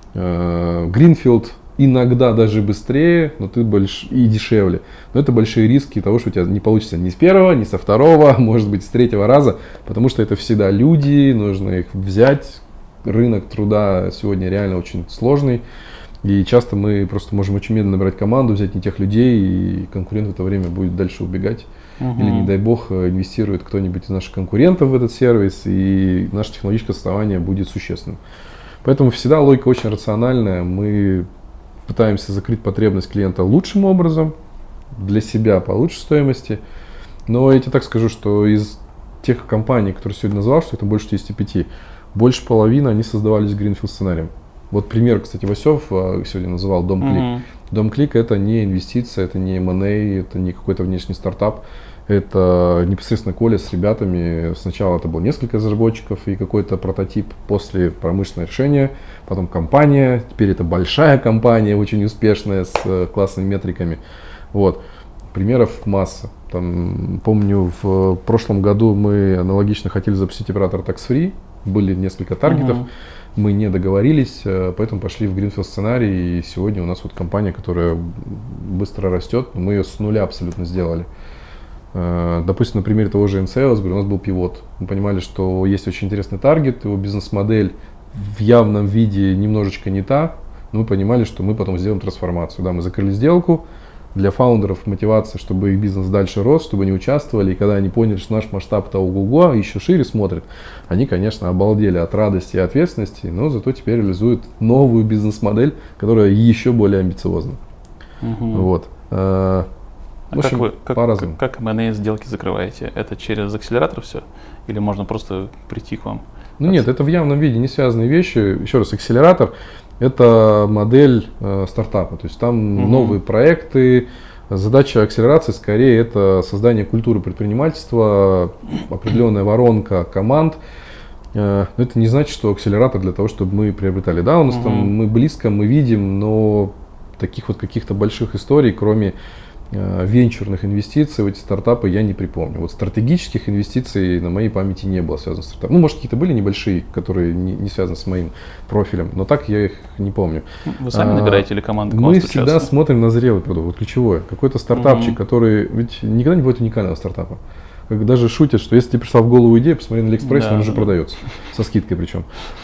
Greenfield иногда даже быстрее, но ты больш... и дешевле. Но это большие риски того, что у тебя не получится ни с первого, ни со второго, может быть с третьего раза, потому что это всегда люди, нужно их взять. Рынок труда сегодня реально очень сложный. И часто мы просто можем очень медленно набрать команду, взять не тех людей, и конкурент в это время будет дальше убегать. Uh-huh. Или, не дай бог, инвестирует кто-нибудь из наших конкурентов в этот сервис, и наше технологическое отставание будет существенным. Поэтому всегда логика очень рациональная. Мы пытаемся закрыть потребность клиента лучшим образом, для себя по лучшей стоимости. Но я тебе так скажу, что из тех компаний, которые сегодня назвал, что это больше шестьдесят пять, больше половины они создавались Greenfield сценарием. Вот пример, кстати, Васев сегодня называл DomClick. Uh-huh. DomClick это не инвестиция, это не эм энд эй, это не какой-то внешний стартап. Это непосредственно Коля с ребятами. Сначала это было несколько разработчиков и какой-то прототип, после промышленное решение, потом компания, теперь это большая компания, очень успешная, с классными метриками. Вот. Примеров масса. Там, помню, в прошлом году мы аналогично хотели запустить оператор Tax Free, были несколько таргетов. Uh-huh. Мы не договорились, поэтому пошли в Greenfield сценарий, и сегодня у нас вот компания, которая быстро растет, мы ее с нуля абсолютно сделали. Допустим, на примере того же InSales, у нас был пивот. Мы понимали, что есть очень интересный таргет, его бизнес-модель в явном виде немножечко не та, но мы понимали, что мы потом сделаем трансформацию. Да, мы закрыли сделку. Для фаундеров мотивация, чтобы их бизнес дальше рос, чтобы они участвовали. И когда они поняли, что наш масштаб-то ого-го, еще шире смотрят, они, конечно, обалдели от радости и ответственности, но зато теперь реализуют новую бизнес-модель, которая еще более амбициозна. Угу. Вот. А в общем, как вы как, как, как эм энд эй сделки закрываете? Это через акселератор все? Или можно просто прийти к вам? Ну нет, это в явном виде не связанные вещи. Еще раз, акселератор – это модель э, стартапа. То есть там угу. новые проекты. Задача акселерации скорее это создание культуры предпринимательства, определенная воронка команд. Э, но это не значит, что акселератор для того, чтобы мы приобретали. Да, у нас угу. там мы близко, мы видим, но таких вот каких-то больших историй, кроме венчурных инвестиций в эти стартапы я не припомню. Вот стратегических инвестиций на моей памяти не было связано с стартапом. Ну, может, какие-то были небольшие, которые не, не связаны с моим профилем, но так я их не помню. Вы сами а, набираете или команда? Мы всегда смотрим на зрелый продукт, вот ключевое. Какой-то стартапчик, угу. который... Ведь никогда не будет уникального стартапа. Как даже шутят, что если тебе пришла в голову идея, посмотри на Алиэкспрессе, да, он уже да. продается. Со скидкой причем.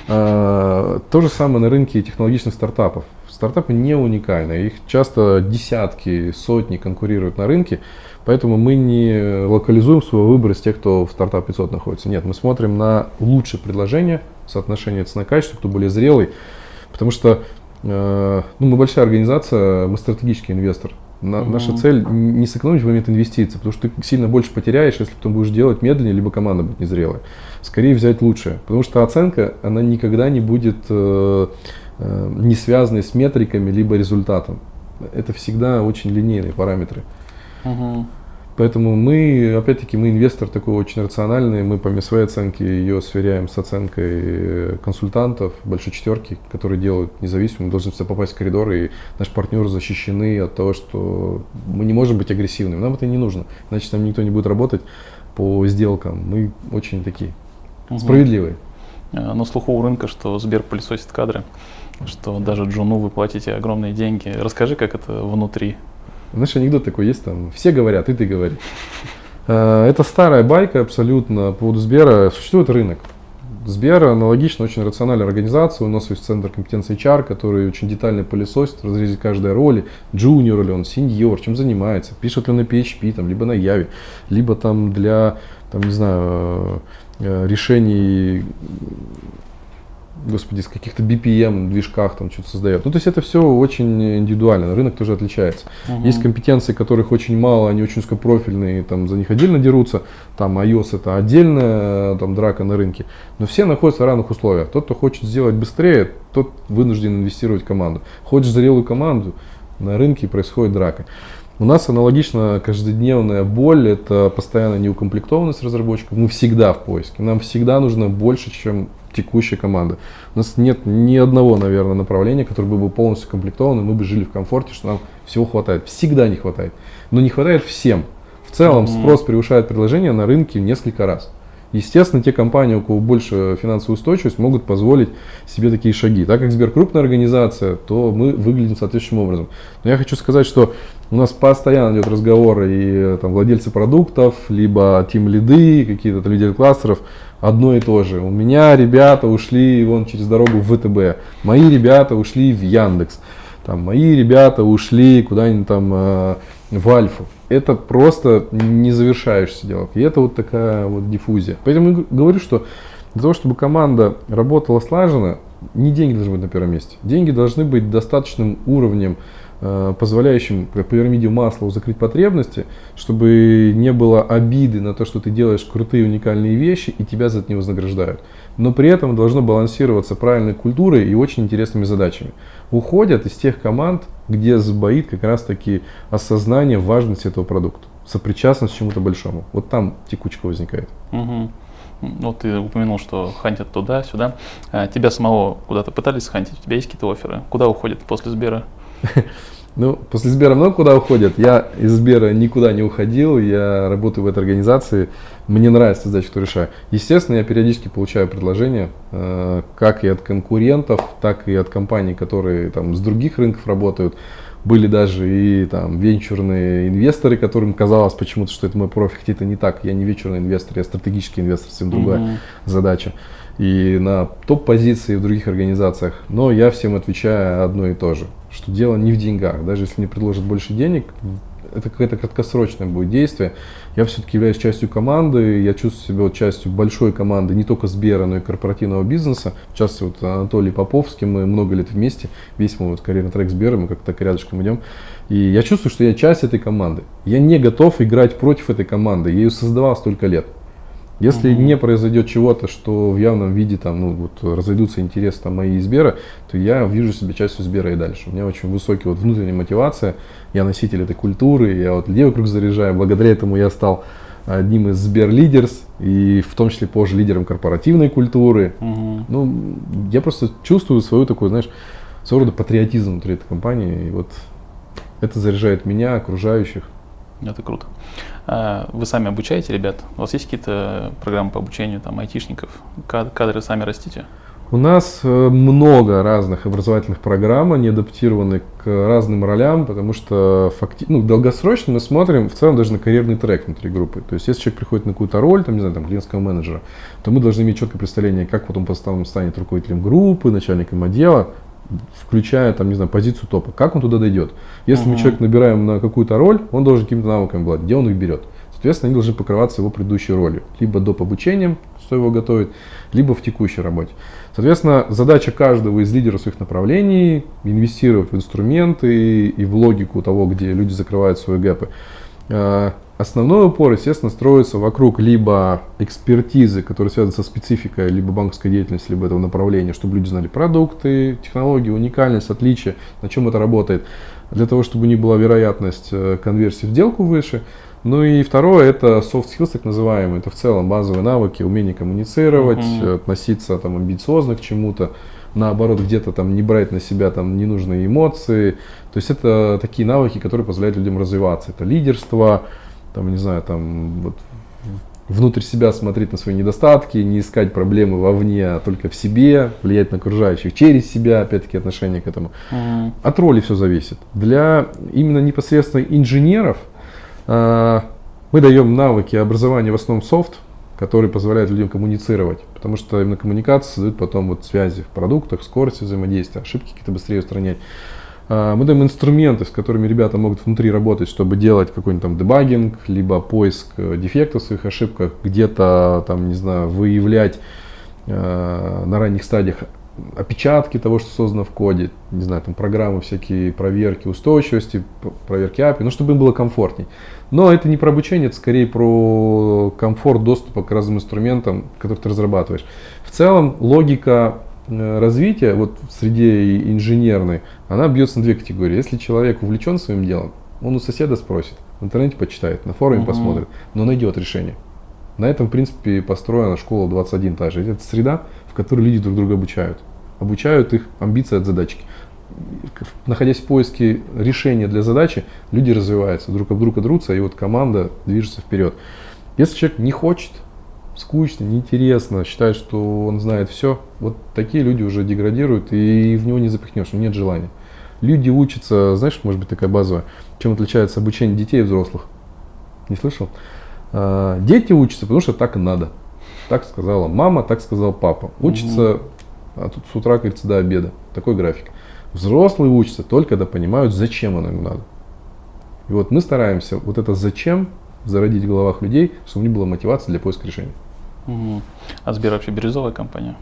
А, то же самое на рынке технологичных стартапов. Стартапы не уникальны, их часто десятки, сотни конкурируют на рынке, поэтому мы не локализуем свой выбор из тех, кто в стартап пятьсот находится. Нет, мы смотрим на лучшее предложение, соотношение цена-качество, кто более зрелый, потому что э, ну, мы большая организация, мы стратегический инвестор. На, mm-hmm. Наша цель не сэкономить в момент инвестиций, потому что ты сильно больше потеряешь, если потом будешь делать медленнее, либо команда будет незрелая. Скорее взять лучшее, потому что оценка, она никогда не будет... Э, не связанные с метриками либо результатом. Это всегда очень линейные параметры. Угу. Поэтому мы, опять-таки, мы инвестор такой очень рациональный, мы по своей оценке ее сверяем с оценкой консультантов большой четверки, которые делают независимо, мы должны всегда попасть в коридор, и наши партнеры защищены от того, что мы не можем быть агрессивными, нам это не нужно, иначе там никто не будет работать по сделкам, мы очень такие угу. справедливые. На слуху у рынка, что Сбер пылесосит кадры, что даже Джуну вы платите огромные деньги. Расскажи, как это внутри. Знаешь, анекдот такой есть там, все говорят, и ты говори. Это старая байка абсолютно по поводу Сбера. Существует рынок. Сбер аналогично очень рациональная организация. У нас есть центр компетенции эйч ар, который очень детально пылесосит в разрезе каждой роли. Джуниор ли он, сеньор, чем занимается, пишет ли он на пи эйч пи, там, либо на Яве, либо там для, там, не знаю, решений, господи, с каких-то би пи эм движках там что-то создает. Ну, то есть это все очень индивидуально, рынок тоже отличается. Uh-huh. Есть компетенции, которых очень мало, они очень узкопрофильные, там за них отдельно дерутся, там iOS это отдельная там драка на рынке, но все находятся в равных условиях. Тот, кто хочет сделать быстрее, тот вынужден инвестировать в команду. Хочешь зрелую команду, на рынке происходит драка. У нас аналогично каждодневная боль, это постоянная неукомплектованность разработчиков. Мы всегда в поиске, нам всегда нужно больше, чем текущая команда. У нас нет ни одного, наверное, направления, которое бы было полностью комплектовано, мы бы жили в комфорте, что нам всего хватает. Всегда не хватает. Но не хватает всем. В целом mm-hmm. спрос превышает предложение на рынке в несколько раз. Естественно, те компании, у кого больше финансовой устойчивости, могут позволить себе такие шаги. Так как Сбер крупная организация, то мы выглядим соответствующим образом. Но я хочу сказать, что у нас постоянно идет разговор, и там, владельцы продуктов, либо тим-лиды, какие-то лидеры кластеров, одно и то же. У меня ребята ушли вон через дорогу в ВТБ, мои ребята ушли в Яндекс, там, мои ребята ушли куда-нибудь там э, в Альфу. Это просто не завершающийся диалог. И это вот такая вот диффузия. Поэтому я говорю, что для того, чтобы команда работала слаженно, не деньги должны быть на первом месте. Деньги должны быть достаточным уровнем, э, позволяющим по пирамиде Маслоу закрыть потребности, чтобы не было обиды на то, что ты делаешь крутые уникальные вещи и тебя за это не вознаграждают. Но при этом должно балансироваться правильной культурой и очень интересными задачами. Уходят из тех команд, где сбоит как раз таки осознание важности этого продукта, сопричастность к чему-то большому. Вот там текучка возникает. Угу. Вот ты упомянул, что хантят туда-сюда. А тебя самого куда-то пытались схантить? У тебя есть какие-то офферы? Куда уходят после Сбера? Ну, после Сбера много куда уходят. Я из Сбера никуда не уходил, я работаю в этой организации. Мне нравится задача, которую решаю. Естественно, я периодически получаю предложения, э, как и от конкурентов, так и от компаний, которые там с других рынков работают. Были даже и там венчурные инвесторы, которым казалось почему-то, что это мой профиль. Хотя это не так. Я не венчурный инвестор, я стратегический инвестор, совсем другая mm-hmm. задача. И на топ-позиции в других организациях. Но я всем отвечаю одно и то же, что дело не в деньгах. Даже если мне предложат больше денег, это какое-то краткосрочное будет действие. Я все-таки являюсь частью команды, я чувствую себя вот частью большой команды, не только Сбера, но и корпоративного бизнеса. В частности, вот Анатолий Поповский, мы много лет вместе, весь мой вот карьерный трек Сбера, мы как-то так рядышком идем. И я чувствую, что я часть этой команды. Я не готов играть против этой команды, я ее создавал столько лет. Если uh-huh. не произойдет чего-то, что в явном виде там, ну, вот, разойдутся интересы там, мои и Сбера, то я вижу себя частью Сбера и дальше. У меня очень высокая вот, внутренняя мотивация, я носитель этой культуры, я вот людей вокруг заряжаю. Благодаря этому я стал одним из Сбер Лидерс, и в том числе позже лидером корпоративной культуры. Uh-huh. Ну, я просто чувствую свою такую, знаешь, своего рода патриотизм внутри этой компании, и вот это заряжает меня, окружающих. Это круто. Вы сами обучаете ребят? У вас есть какие-то программы по обучению там, айтишников? Кадры сами растите? У нас много разных образовательных программ, они адаптированы к разным ролям, потому что факти... ну, долгосрочно мы смотрим в целом даже на карьерный трек внутри группы. То есть если человек приходит на какую-то роль, там, не знаю, там, клиентского менеджера, то мы должны иметь четкое представление, как вот он потом станет руководителем группы, начальником отдела, включая, там, не знаю, позицию топа, как он туда дойдет. Если uh-huh. мы человека набираем на какую-то роль, он должен какими-то навыками обладать, где он их берет. Соответственно, они должны покрываться его предыдущей ролью. Либо доп. Обучением, что его готовит, либо в текущей работе. Соответственно, задача каждого из лидеров своих направлений инвестировать в инструменты и в логику того, где люди закрывают свои гэпы. Основной упор, естественно, строится вокруг либо экспертизы, которая связана со спецификой либо банковской деятельности, либо этого направления, чтобы люди знали продукты, технологии, уникальность, отличие, на чем это работает, для того, чтобы у них была вероятность конверсии в сделку выше. Ну и второе, это soft skills, так называемые, это в целом базовые навыки, умение коммуницировать, mm-hmm. относиться там амбициозно к чему-то, наоборот, где-то там не брать на себя там ненужные эмоции. То есть это такие навыки, которые позволяют людям развиваться. Это лидерство, там, не знаю, там, вот, внутрь себя смотреть на свои недостатки, не искать проблемы вовне, а только в себе, влиять на окружающих через себя, опять-таки, отношение к этому. Mm-hmm. От роли все зависит. Для именно непосредственно инженеров э, мы даем навыки образования в основном софт, который позволяет людям коммуницировать, потому что именно коммуникация создает потом вот связи в продуктах, скорость взаимодействия, ошибки какие-то быстрее устранять. Мы даем инструменты, с которыми ребята могут внутри работать, чтобы делать какой-нибудь там дебагинг, либо поиск дефектов в своих ошибках, где-то там, не знаю, выявлять э, на ранних стадиях опечатки того, что создано в коде, не знаю, там программы всякие, проверки устойчивости, проверки эй пи ай, ну, чтобы им было комфортней. Но это не про обучение, это скорее про комфорт доступа к разным инструментам, которые ты разрабатываешь. В целом логика развития вот в среде инженерной, она бьется на две категории. Если человек увлечен своим делом, Он у соседа спросит, в интернете почитает, на форуме uh-huh. посмотрит, но найдет решение. На этом, в принципе, построена школа двадцать один та же. Это среда, в которой люди друг друга обучают. Обучают их амбиции от задачки. Находясь в поиске решения для задачи, люди развиваются, друг об друга трутся, и вот команда движется вперед. Если человек не хочет, скучно, неинтересно, считает, что он знает все, вот такие люди уже деградируют, и в него не запихнешь, нет желания. Люди учатся, знаешь, может быть такая базовая, чем отличается обучение детей и взрослых? Не слышал? Дети учатся, потому что так и надо. Так сказала мама, так сказал папа. Учатся, а тут с утра, говорится, до обеда. Такой график. Взрослые учатся только когда понимают, зачем оно им надо. И вот мы стараемся вот это зачем зародить в головах людей, чтобы у них была мотивация для поиска решения. Угу. А Сбер вообще бирюзовая компания?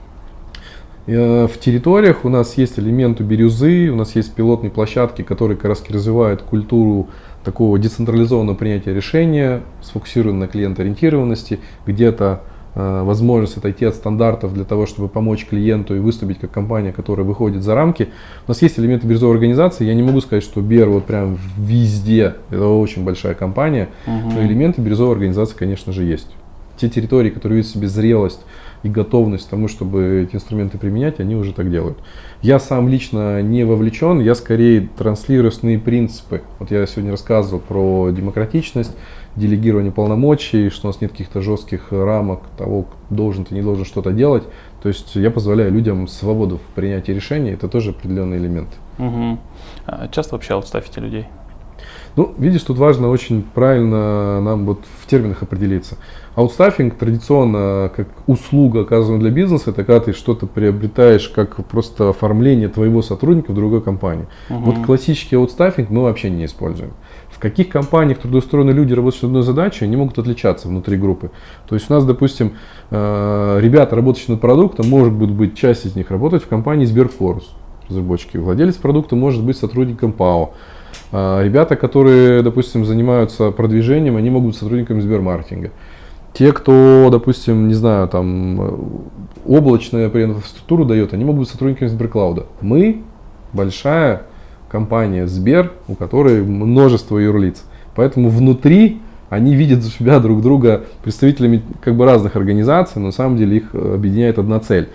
В территориях у нас есть элементы бирюзы, у нас есть пилотные площадки, которые как раз развивают культуру такого децентрализованного принятия решения, сфокусированной на клиентоориентированности, где-то э, возможность отойти от стандартов для того, чтобы помочь клиенту и выступить как компания, которая выходит за рамки. У нас есть элементы бирюзовой организации, я не могу сказать, что Сбер вот прям везде, это очень большая компания, uh-huh. но элементы бирюзовой организации, конечно же, есть. Те территории, которые видят в себе зрелость и готовность к тому, чтобы эти инструменты применять, они уже так делают. Я сам лично не вовлечен, я скорее транслирую основные принципы. Вот я сегодня рассказывал про демократичность, делегирование полномочий, что у нас нет каких-то жестких рамок того, должен ты, не должен что-то делать. То есть я позволяю людям свободу в принятии решений, это тоже определенный элемент. Угу. А часто вообще аутстафите людей? Ну, видишь, тут важно очень правильно нам вот в терминах определиться. Аутстаффинг традиционно как услуга, оказанная для бизнеса, это когда ты что-то приобретаешь как просто оформление твоего сотрудника в другой компании. Uh-huh. Вот классический аутстаффинг мы вообще не используем. В каких компаниях трудоустроены люди, работающие над одной задачей, они могут отличаться внутри группы. То есть у нас, допустим, ребята, работающие над продуктом, может быть, часть из них работать в компании Сберфорус, разработчики. Владелец продукта может быть сотрудником ПАО. Ребята, которые, допустим, занимаются продвижением, они могут быть сотрудниками Сбермаркетинга. Те, кто, допустим, не знаю, там, облачную инфраструктуру дает, они могут быть сотрудниками Сберклауда. Мы большая компания Сбер, у которой множество юрлиц. Поэтому внутри они видят себя друг друга представителями как бы разных организаций, но на самом деле их объединяет одна цель.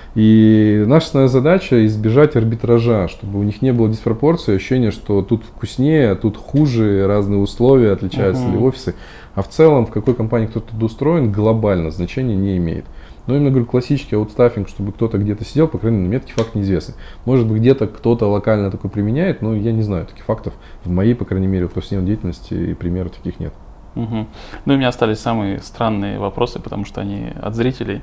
И наша основная задача избежать арбитража, чтобы у них не было диспропорции, ощущения, что тут вкуснее, а тут хуже, разные условия, отличаются uh-huh. ли офисы. А в целом, в какой компании кто-то устроен, глобально значения не имеет. Но именно, говорю, классический аутстаффинг, чтобы кто-то где-то сидел, по крайней мере, мне таких фактов неизвестны. Может быть, где-то кто-то локально такой применяет, но я не знаю таких фактов. В моей, по крайней мере, в повседневной деятельности примеров таких нет. Угу. Ну и у меня остались самые странные вопросы, потому что они от зрителей.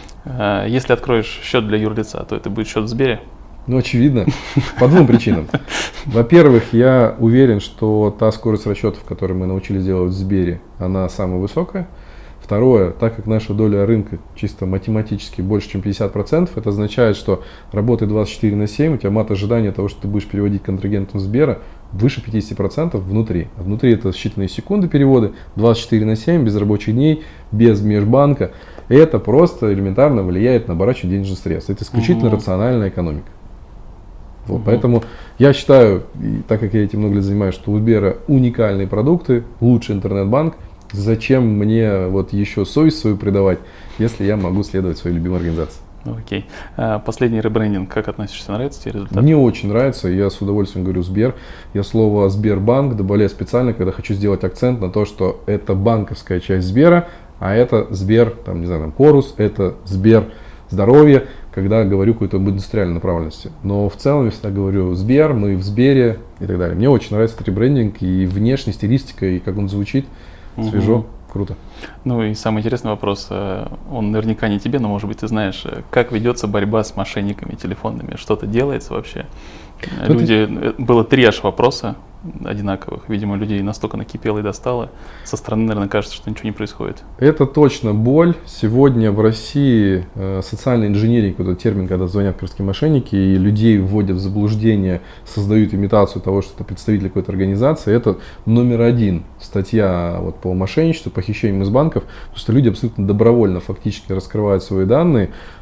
Если откроешь счет для юрлица, то это будет счет в Сбере? Ну, очевидно, по двум причинам. Во-первых, я уверен, что та скорость расчетов, которую мы научились делать в Сбере, она самая высокая. Второе, так как наша доля рынка чисто математически больше, чем пятьдесят процентов, это означает, что работает двадцать четыре на семь, у тебя мат ожидания того, что ты будешь переводить контрагентам Сбера, выше пятьдесят процентов внутри. А внутри это считанные секунды переводы, двадцать четыре на семь, без рабочих дней, без межбанка. Это просто элементарно влияет на оборачивание денежных средств. Это исключительно угу. рациональная экономика. Вот, угу. Поэтому я считаю, и так как я этим много лет занимаюсь, что у Сбера уникальные продукты, лучший интернет-банк. Зачем мне вот еще совесть свою предавать, если я могу следовать своей любимой организации? Окей. А последний ребрендинг, как относишься? Нравится тебе результат? Мне очень нравится, я с удовольствием говорю Сбер. Я слово Сбербанк добавляю специально, когда хочу сделать акцент на то, что это банковская часть Сбера, а это Сбер, там, не знаю, там, Корус, это Сбер здоровье, когда говорю какой-то об индустриальной направленности. Но в целом я всегда говорю Сбер, мы в Сбере и так далее. Мне очень нравится этот ребрендинг и внешне, стилистика, и как он звучит. Свежо, угу. Круто. Ну и самый интересный вопрос, он наверняка не тебе, но может быть ты знаешь, как ведется борьба с мошенниками телефонными, что-то делается вообще? Но Люди, ты... Было три аж вопроса одинаковых, видимо, людей настолько накипело и достало, со стороны, наверное, кажется, что ничего не происходит. Это точно боль. Сегодня в России э, социальный инженеринг, вот этот термин, когда звонят перские мошенники и людей вводят в заблуждение, создают имитацию того, что это представитель какой-то организации, это номер один статья вот, по мошенничеству, похищениям из банков, потому что люди абсолютно добровольно фактически раскрывают свои данные,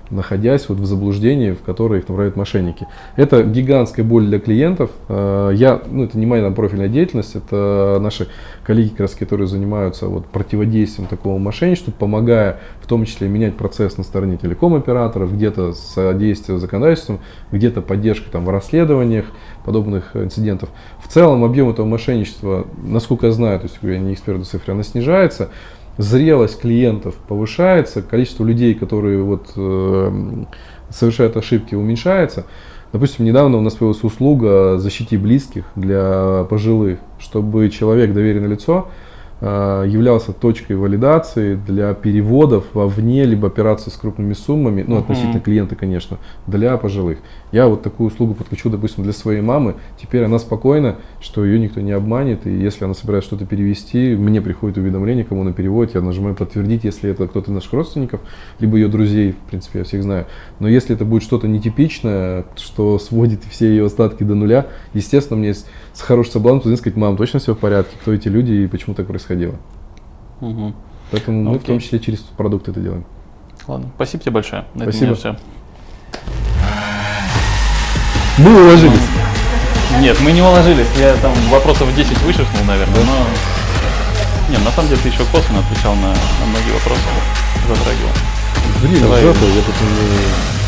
находясь вот в заблуждении, в которое их направляют мошенники. Это гигантская боль для клиентов. Я, ну, это не моя профильная деятельность, это наши коллеги, как раз, которые занимаются вот противодействием такого мошенничеству, помогая в том числе менять процесс на стороне телеком-операторов, где-то содействие законодательством, где-то поддержка там, в расследованиях подобных инцидентов. В целом объем этого мошенничества, насколько я знаю, то есть я не эксперт в цифре, она снижается. Зрелость клиентов повышается, количество людей, которые вот, э, совершают ошибки, уменьшается. Допустим, недавно у нас появилась услуга «Защити близких» для пожилых, чтобы человек, доверенное лицо, э, являлся точкой валидации для переводов вовне, либо операций с крупными суммами, ну, относительно клиента, конечно, для пожилых. Я вот такую услугу подключу, допустим, для своей мамы. Теперь она спокойна, что ее никто не обманет. И если она собирается что-то перевести, мне приходит уведомление, кому она переводит. Я нажимаю подтвердить, если это кто-то из наших родственников, либо ее друзей, в принципе, я всех знаю. Но если это будет что-то нетипичное, что сводит все ее остатки до нуля, естественно, мне есть хороший соблазн позвонить, сказать: мам, точно все в порядке? Кто эти люди и почему так происходило? Угу. Поэтому мы Окей. в том числе через продукт это делаем. Ладно, спасибо тебе большое. На Спасибо. этом у меня все. Мы уложились. Нет, мы не уложились. Я там вопросов десять вышеркнул, наверное, но... Нет, на самом деле ты еще косвенно отвечал на, на многие вопросы, затрагивал. Время Давай. сжато, я потом...